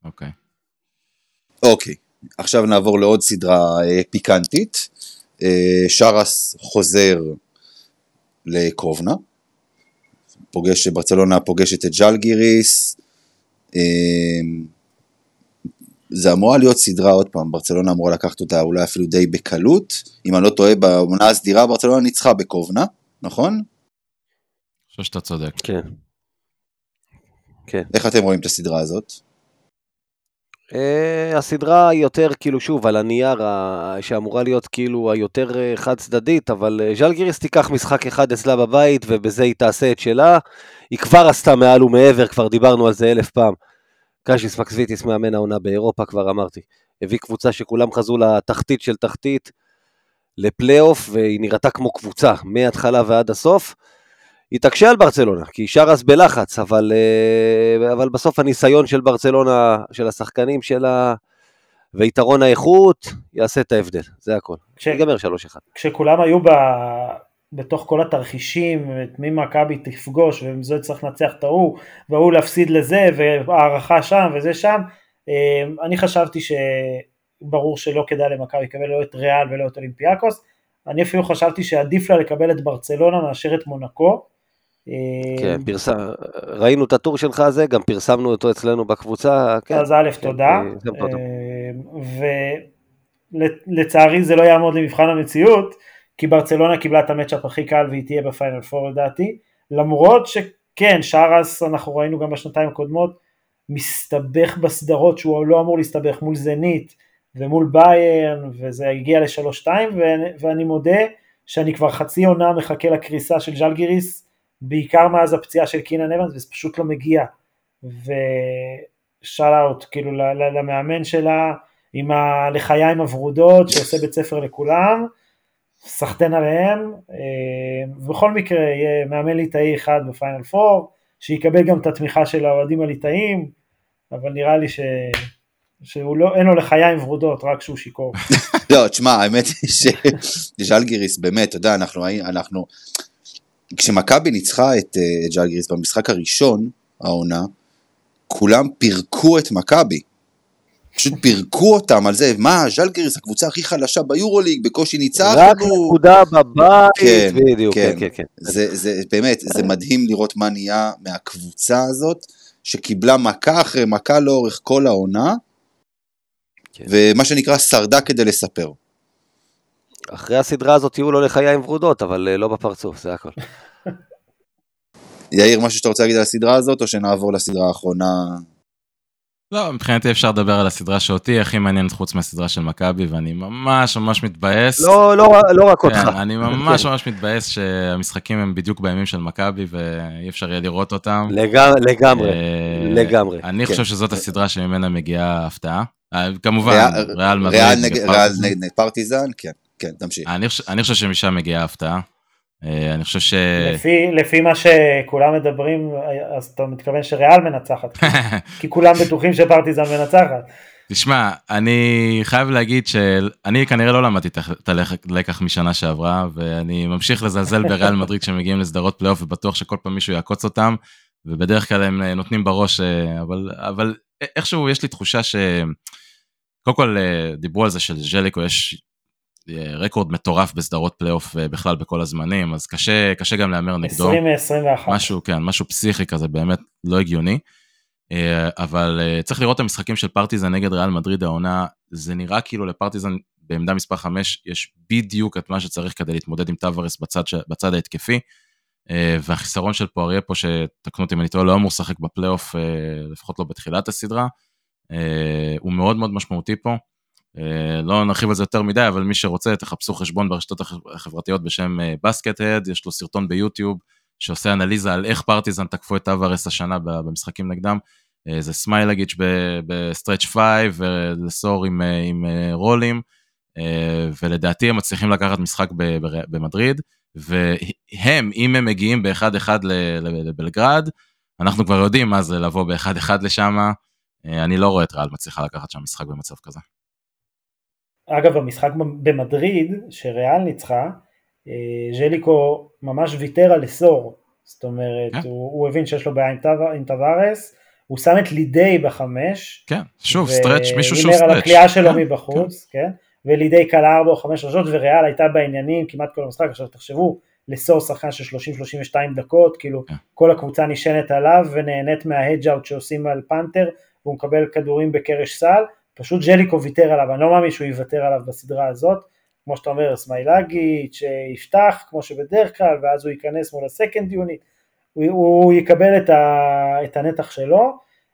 אוקיי, עכשיו נעבור לעוד סדרה פיקנטית. שרס חוזר לקרובנה, ברצלונה פוגשת את ז'לגיריס, זה אמורה להיות סדרה עוד פעם, ברצלונה אמורה לקחת אותה אולי אפילו די בקלות, אם אני לא טועה, בעונה הסדירה ברצלונה ניצחה בקרובנה, נכון? אני חושב שאתה צודק. כן. איך אתם רואים את הסדרה הזאת? הסדרה היא יותר כאילו שוב על הנייר שאמורה להיות כאילו היותר חד צדדית, אבל ז'לגיריס תיקח משחק אחד אצלה בבית ובזה היא תעשה את שלה, היא כבר עשתה מעל ומעבר, כבר דיברנו על זה 1000 פעם. קשיס מקסוויטיס מאמן העונה באירופה, כבר אמרתי, הביא קבוצה שכולם חזו לתחתית של תחתית לפלייאוף, והיא נראתה כמו קבוצה מההתחלה ועד הסוף. היא תקשה על ברצלונה, כי שרס בלחץ, אבל בסוף הניסיון של ברצלונה, של השחקנים שלה, ויתרון האיכות, יעשה את ההבדל, זה הכל. ייגמר 3-1. כשכולם היו בתוך כל התרחישים, את מי מכבי תפגוש, ומזו צריך לנצח את ההוא, והוא להפסיד לזה, והערכה שם וזה שם, אני חשבתי שברור שלא כדאי למכבי לקבל לא את ריאל ולא את אולימפיאקוס, אני אפילו חשבתי שעדיף לה לקבל את ברצלונה מאשר את מונקו. כן, ראינו את הטור שלך הזה, גם פרסמנו אותו אצלנו בקבוצה. אז א', תודה. ולצערי זה לא יעמוד למבחן המציאות, כי ברצלונה קיבלה את המאצ'אפ הכי קל והיא תהיה בפיינל פור לדעתי, למרות שכן, שרס אנחנו ראינו גם בשנתיים הקודמות, מסתבך בסדרות שהוא לא אמור להסתבך מול זנית ומול ביירן, וזה הגיע ל3-2, ואני מודה שאני כבר חצי עונה מחכה לקריסה של ז'לגיריס, בעיקר מאז הפציעה של קינן אבנס, וזה פשוט לא מגיע, ושאלאוט כאילו למאמן שלה, עם הלחיים הוורודות, שעושה בית ספר לכולם, סחטן עליהם, ובכל מקרה יהיה מאמן ליטאי אחד בפיינל פור, שיקבל גם את התמיכה של האוהדים הליטאים, אבל נראה לי שאין לו לחיים ורודות, רק שהוא שיקור. לא, תשמע, האמת היא שז'לגיריס, באמת, אתה יודע, אנחנו, כשמכבי ניצחה את ז'לגיריס במשחק הראשון, העונה, כולם פירקו את מכבי. פשוט פירקו אותם על זה, מה, ז'לגיריס, הקבוצה הכי חלשה ביורוליג, בקושי ניצחנו. רק נקודה בבית, בדיוק, כן. זה באמת, זה מדהים לראות מה נהיה מהקבוצה הזאת, שקיבלה מכה אחרי מכה לאורך כל העונה, ומה שנקרא שרדה כדי לספר. אחרי הסדרה הזאת יהיו לו לחיים ורודות, אבל לא בפרצוף, זה הכל. יאיר, משהו שאתה רוצה להגיד על הסדרה הזאת, או שנעבור לסדרה האחרונה? לא, מבחינתי אפשר לדבר על הסדרה שאותי הכי מעניינת חוץ מהסדרה של מכבי, ואני ממש ממש מתבאס. לא רק אותך. כן, אני ממש ממש מתבאס שהמשחקים הם בדיוק בימים של מכבי, ואי אפשר יהיה לראות אותם. לגמרי. אני חושב שזאת הסדרה שממנה מגיעה ההפתעה. כמובן, ריאל מדריד נגד פרטיזן, כן, תמשיך. אני חושב שמשם מגיעה ההפתעה. אני חושב ש... לפי מה שכולם מדברים, אז אתה מתכוון שריאל מנצחת, כי כולם בטוחים שפרטיזן מנצחת. תשמע, אני חייב להגיד שאני כנראה לא למדתי את הלקח משנה שעברה, ואני ממשיך לזלזל בריאל מדריד כשמגיעים לסדרות פלייאוף, ובטוח שכל פעם מישהו יעקוץ אותם, ובדרך כלל הם נותנים בראש, אבל איכשהו יש לי תחושה קודם כל דיברו על זה של ז'ליקו, יש רקורד מטורף בסדרות פלייאוף בכלל בכל הזמנים, אז קשה גם לאמר נגדו. 20-21. משהו פסיכי כזה, באמת לא הגיוני. אבל צריך לראות את המשחקים של פרטיזן נגד ריאל מדריד העונה, זה נראה כאילו לפרטיזן בעמדה מספר 5, יש בדיוק את מה שצריך כדי להתמודד עם טווארס בצד ההתקפי, והחיסרון של פואריה פה, שתקנו אותי אם אני טועה, לא אמור לשחק בפלייאוף, לפחות לא בתחילת הסדרה, הוא מאוד מאוד משמעותי פה, לא נרחיב על זה יותר מדי, אבל מי שרוצה, תחפשו חשבון ברשתות החברתיות בשם בסקט-הד, יש לו סרטון ביוטיוב, שעושה אנליזה על איך פרטיזן תקפו את טווארס השנה במשחקים נגדם, זה סמיילגיץ' בסטרץ' 5, ולסור עם רולים, ולדעתי הם מצליחים לקחת משחק במדריד, והם, אם הם מגיעים ב-1-1 לבלגרד, אנחנו כבר יודעים מה זה לבוא ב-1-1 לשם, אני לא רואה את ריאל מצליחה לקחת שם משחק במצב כזה. אגב, המשחק במדריד, שריאל ניצחה, ז'ליקו ממש ויתר על לסור, זאת אומרת, הוא הבין שיש לו בעיה עם טווארס, הוא שם את לידי ב5, כן, שוב, סטרץ', מישהו שהוא סטרץ', על הקליעה שלו כן, מבחוץ, כן, ולידי קלה 4 או 5 רשות, וריאל הייתה בעניינים כמעט כל המשחק, עכשיו תחשבו, לסור שחקן של 30-32 דקות, כאילו כל הקבוצה נשענת עליו, ונהנית מההדג'אוט שעושים על פנתר, והוא מקבל כדורים בקרש סל, פשוט ז'ליקו ויתר עליו, אני לא מאמין שהוא יוותר עליו בסדרה הזאת, כמו שאתה אומר, סמיילגיץ' שיפתח, כמו שבדרך כלל, ואז הוא ייכנס מול הסקנד יוניט, הוא יקבל את הנתח שלו,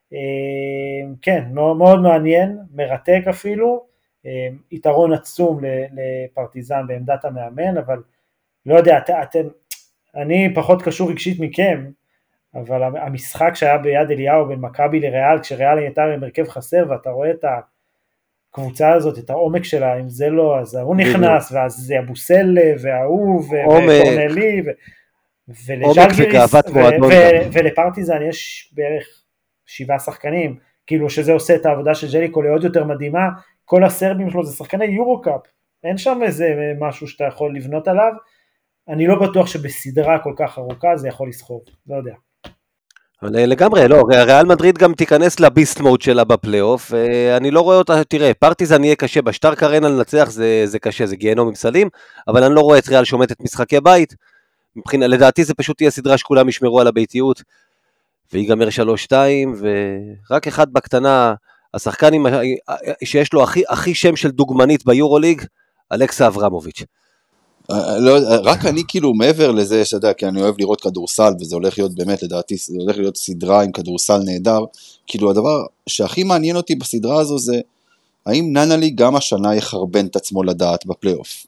כן, מאוד מעניין, מרתק אפילו, יתרון עצום לפרטיזן בעמדת המאמן, אבל לא יודע, אני פחות קשור רגשית מכם, אבל המשחק שהיה ביד אליהו בין מכבי לריאל, כשריאל הייתה עם הרכב חסר, ואתה רואה את הקבוצה הזאת, את העומק שלה, אם זה לא, אז הוא נכנס, ואז זה אבוסל, והאהוב, וקורנלי, ולז'לגיריס, ולפרטיזן יש בערך 7 שחקנים, כאילו שזה עושה את העבודה של ז'ליקו לעוד יותר מדהימה, כל הסרבים שלו זה שחקני יורו-קאפ, אין שם איזה משהו שאתה יכול לבנות עליו, אני לא בטוח שבסדרה כל כך ארוכה זה יכול לסחוב, לא יודע. לגמרי, לא, ריאל מדריד גם תיכנס לביסט מוד שלה בפלייאוף, אני לא רואה אותה, תראה, פרטיזן יהיה קשה, בשטר ארנה לנצח זה קשה, זה גיהנום עם סלים, אבל אני לא רואה את ריאל שומטת משחקי בית, לדעתי זה פשוט תהיה סדרה שכולם ישמרו על הביתיות, ויגמר 3-2, ורק אחד בקטנה, השחקן שיש לו הכי שם של דוגמנית ביורוליג, אלכסה אברמוביץ'. רק אני כאילו מעבר לזה שאתה, כי אני אוהב לראות כדורסל, וזה הולך להיות באמת, לדעתי, זה הולך להיות סדרה עם כדורסל נהדר, כאילו הדבר שהכי מעניין אותי בסדרה הזו זה, האם ננלי גם השנה יחרבן את עצמו לדעת בפלייאוף?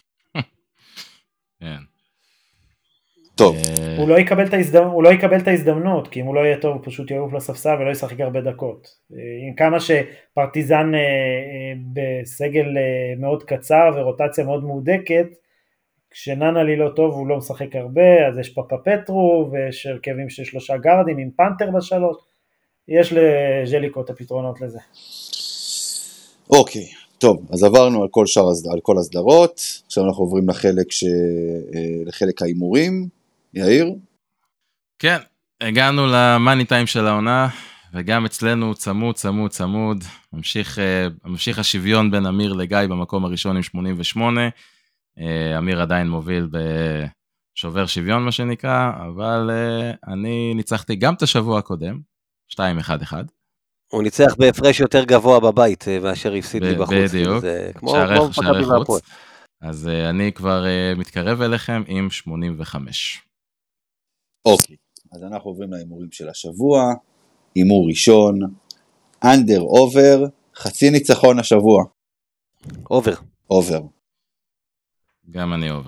כן. טוב. הוא לא יקבל את ההזדמנות, כי אם הוא לא יהיה טוב, הוא פשוט יעוף לספסל ולא ישחק הרבה דקות. עם כמה שפרטיזן בסגל מאוד קצר ורוטציה מאוד מהודקת, כשננלי לא טוב הוא לא משחק הרבה, אז יש פאפה פטרו, ויש הרכבים של 3 גרדים עם פנתר ב3, יש לז'ליקו את הפתרונות לזה. אוקיי, טוב, אז עברנו על כל הסדרות, עכשיו אנחנו עוברים לחלק האימורים, יאיר? כן, הגענו למאני טיים של העונה, וגם אצלנו צמוד, ממשיך השוויון בין אמיר לגיא במקום הראשון עם 88, אמיר עדיין מוביל בשובר שוויון מה שנקרא, אבל אני ניצחתי גם את השבוע הקודם, 2-1-1. הוא ניצח בהפרש יותר גבוה בבית, מאשר הפסיד לי בחוץ. בדיוק, שערי חוץ. אז אני כבר מתקרב אליכם עם 85. אוקיי, אז אנחנו עוברים להימורים של השבוע. הימור ראשון, אנדר אובר, חצי ניצחון השבוע. אובר. גם אני אובר.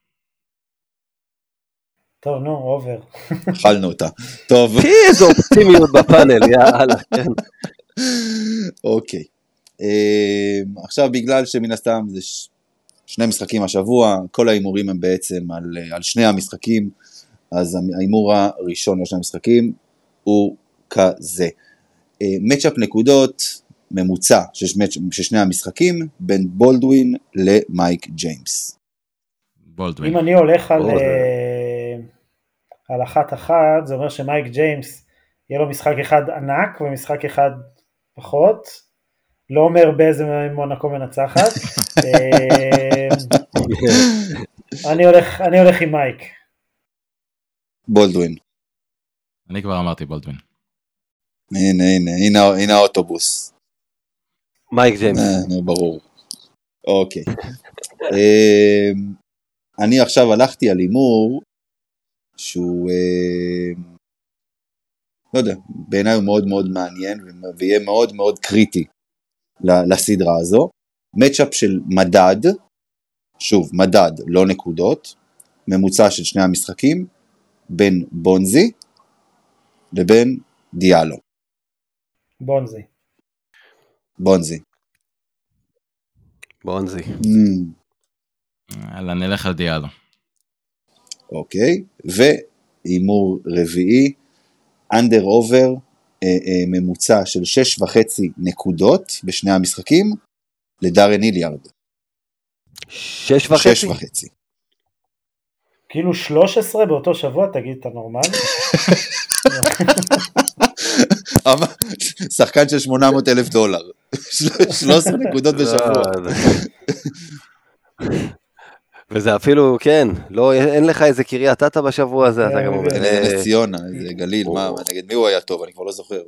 טוב, נו, אובר. אכלנו אותה. טוב. איזו אופטימיות בפאנל, יאללה. אוקיי. עכשיו בגלל שמן הסתם זה שני משחקים השבוע, כל ההימורים הם בעצם על שני המשחקים, אז ההימור הראשון לשני המשחקים הוא כזה. מצ'אפ נקודות ממוצע של שני המשחקים בין בולדווין למייק ג'יימס. בולדווין. אם אני הולך על 1-1, זה אומר שמייק ג'יימס יהיה לו משחק אחד ענק ומשחק אחד פחות, לא אומר באיזה מונקו מנצחת. אני הולך עם מייק. בולדווין. אני כבר אמרתי בולדווין. הנה האוטובוס. מייק ג'יימס. ברור. אוקיי. אני עכשיו הלכתי על הימור שהוא לא יודע, בעיניי הוא מאוד מאוד מעניין ויהיה מאוד מאוד קריטי לסדרה הזו. מצ'אפ של מדד, שוב מדד לא נקודות, ממוצע של שני המשחקים בין בונזי לבין דיאלו. בונזי. יאללה, נלך על דיאלו. אוקיי, והימור רביעי, אנדר אובר, ממוצע של 6.5 נקודות בשני המשחקים, לדארן היליארד. 6.5? כאילו 13 באותו שבוע, תגיד, אתה נורמל? שחקן של $800,000, 13 נקודות בשבוע. וזה אפילו, כן, אין לך איזה קריית אתא בשבוע הזה, אתה גם אומר. נס ציונה, איזה גליל, נגד מי הוא היה טוב, אני כבר לא זוכר.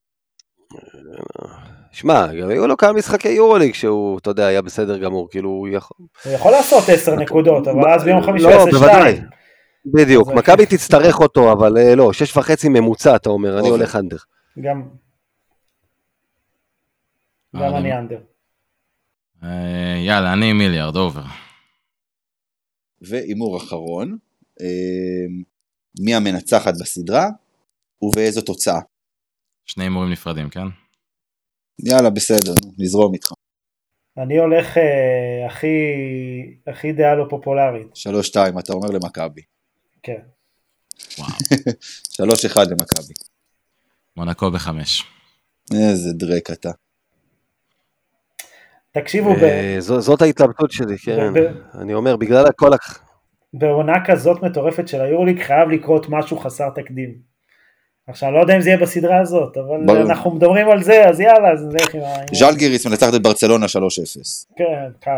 שמע, גם היו לו כמה משחקי יורוליג שהוא, אתה יודע, היה בסדר גמור, כאילו הוא יכול לעשות 10 נקודות, אבל אז ביום חמישי לא, יעשה 2. בוודאי. בדיוק, מכבי תצטרך אותו, אבל לא, 6.5 ממוצע, אתה אומר, אני הולך אנדר. גם אני אנדר. יאללה, אני מיליארד, אובר. ואימור אחרון, מי המנצחת בסדרה, ובאיזו תוצאה. שני אימורים נפרדים, כן? יאללה, בסדר, נזרום איתך. אני הולך הכי דעה לא פופולרית. 3-2, אתה אומר למכבי. כן. וואו. 3-1 למכבי. מונקו ב5. איזה דרק אתה. תקשיבו, זאת ההתלבטות שלי, כן. אני אומר, בגלל הכל... בעונה כזאת מטורפת של היורוליג חייב לקרות משהו חסר תקדים. עכשיו, לא יודע אם זה יהיה בסדרה הזאת, אבל אנחנו מדברים על זה, אז יאללה, אז נלך עם ז'לגיריס מנצחת את ברצלונה 3-0. כן, קל.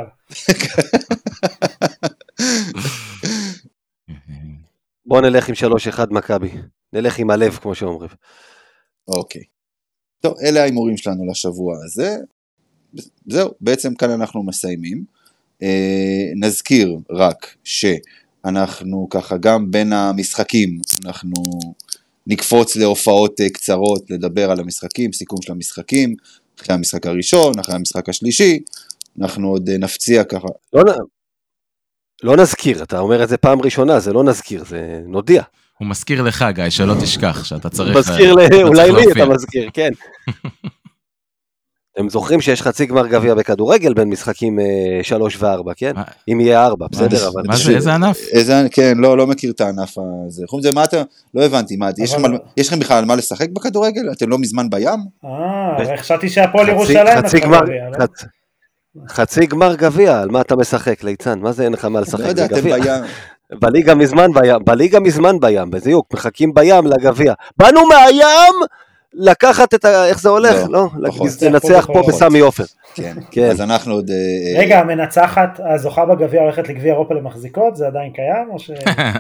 בוא נלך עם 3-1 מכבי. נלך עם הלב, כמו שאומרים. אוקיי. טוב, אלה ההימורים שלנו לשבוע הזה. זהו, בעצם כאן אנחנו מסיימים. נזכיר רק שאנחנו ככה גם בין המשחקים, אנחנו נקפוץ להופעות קצרות, לדבר על המשחקים, סיכום של המשחקים, אחרי המשחק הראשון, אחרי המשחק השלישי, אנחנו עוד נפציע ככה. לא נזכיר, אתה אומר את זה פעם ראשונה, זה לא נזכיר, זה נודיע. הוא מזכיר לך, גיא, שלא תשכח, שאתה צריך... מזכיר אולי לי אתה מזכיר, כן. הם זוכרים שיש חצי גמר גביע בכדורגל בין משחקים 3 ו-4, כן? אם יהיה 4, בסדר, אבל... מה זה, איזה ענף? כן, לא מכיר את הענף הזה. חום זה, מה אתה... לא הבנתי, מה, יש לכם בכלל על מה לשחק בכדורגל? אתם לא מזמן בים? חשבתי שהפועל ירושלים... חצי גמר גביע, על מה אתה משחק, ליצן? מה זה אין לך מה לשחק בגביע? לא יודע, אתם בים. בליגה מזמן בים, בדיוק, מחכים בים לגביע. באנו מהים... לקחת את איך זה הולך, לא? לנצח פה בסמי אופר. כן, אז אנחנו עוד... רגע, המנצחת, הזוכה בגביע הולכת לגביע אירופה למחזיקות, זה עדיין קיים או ש...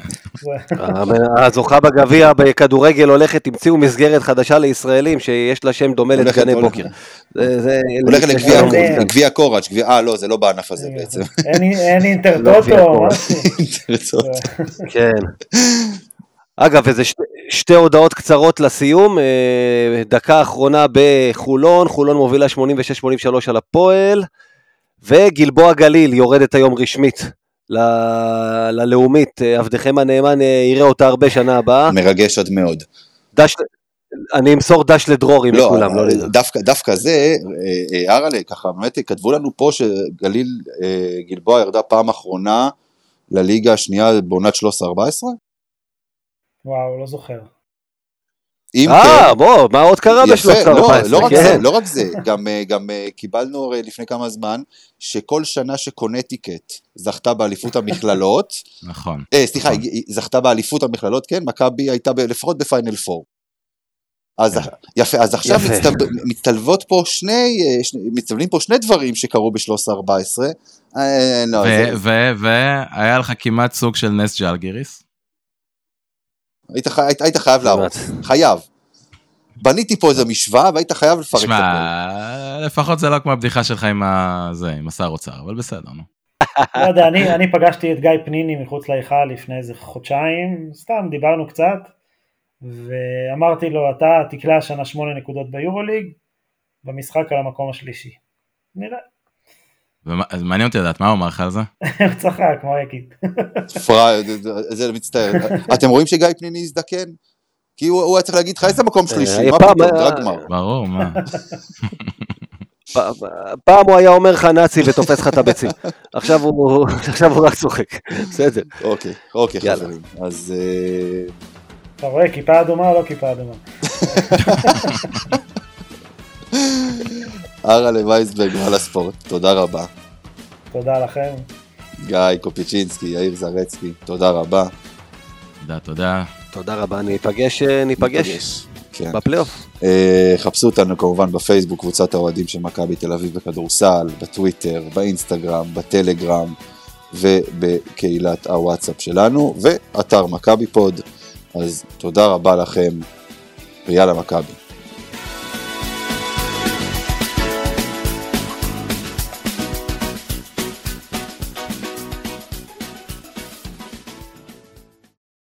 הזוכה בגביע בכדורגל הולכת, המציאו מסגרת חדשה לישראלים, שיש לה שם דומה לדגני בוקר. הולכת לגביע קוראץ', לא, זה לא בענף הזה בעצם. אין אינטרטוטו או משהו. כן. אגב, שתי הודעות קצרות לסיום, דקה אחרונה בחולון, חולון מובילה 86-83 על הפועל, וגלבוע גליל יורדת היום רשמית ללאומית, עבדכם הנאמן יראה אותה הרבה שנה הבאה. מרגש עד מאוד. אני אמסור דש לדרורים לכולם. דווקא זה, ארלה, ככה, באמת כתבו לנו פה שגליל גלבוע ירדה פעם אחרונה לליגה השנייה בעונת 13-14? וואו, לא זוכר. בוא, מה עוד קרה ב-13-14? לא רק זה, גם קיבלנו לפני כמה זמן, שכל שנה שקונטיקט זכתה באליפות המכללות, נכון. סליחה, זכתה באליפות המכללות, כן, מכבי הייתה לפחות בפיינל 4. אז יפה, אז עכשיו מצטלבים פה שני דברים שקרו ב-13-14, והיה לך כמעט סוג של נס ג'לגיריס? היית חייב לערוך, חייב. בניתי פה איזו משוואה, והיית חייב לפרק את הכל. שמע, לפחות זה לא כמו הבדיחה שלך עם השר אוצר, אבל בסדר, נו. לא יודע, אני פגשתי את גיא פניני מחוץ להיכל לפני איזה חודשיים, סתם דיברנו קצת, ואמרתי לו, אתה תקלע השנה 8 נקודות ביורוליג, במשחק על המקום השלישי. נראה. מעניין אותי לדעת, מה הוא אמר לך על זה? הוא צחק, כמו יקית. זה מצטער. אתם רואים שגיא פניני הזדקן? כי הוא היה צריך להגיד לך איזה מקום שלישי, מה פתאום, דרגמר. ברור, מה? פעם הוא היה אומר לך נאצי ותופס לך את הביצים. עכשיו הוא רק צוחק. בסדר. אוקיי, חברים. אז... אתה רואה, כיפה אדומה או לא כיפה אדומה? ארלה וייסברג על הספורט, תודה רבה. תודה לכם. גיא קופיצ'ינסקי, יאיר זרצקי, תודה רבה. תודה. תודה רבה, ניפגש בפלייאוף. חפשו אותנו כמובן בפייסבוק, קבוצת האוהדים של מכבי תל אביב בכדורסל, בטוויטר, באינסטגרם, בטלגרם ובקהילת הוואטסאפ שלנו, ואתר מכבי פוד. אז תודה רבה לכם, ויאללה מכבי.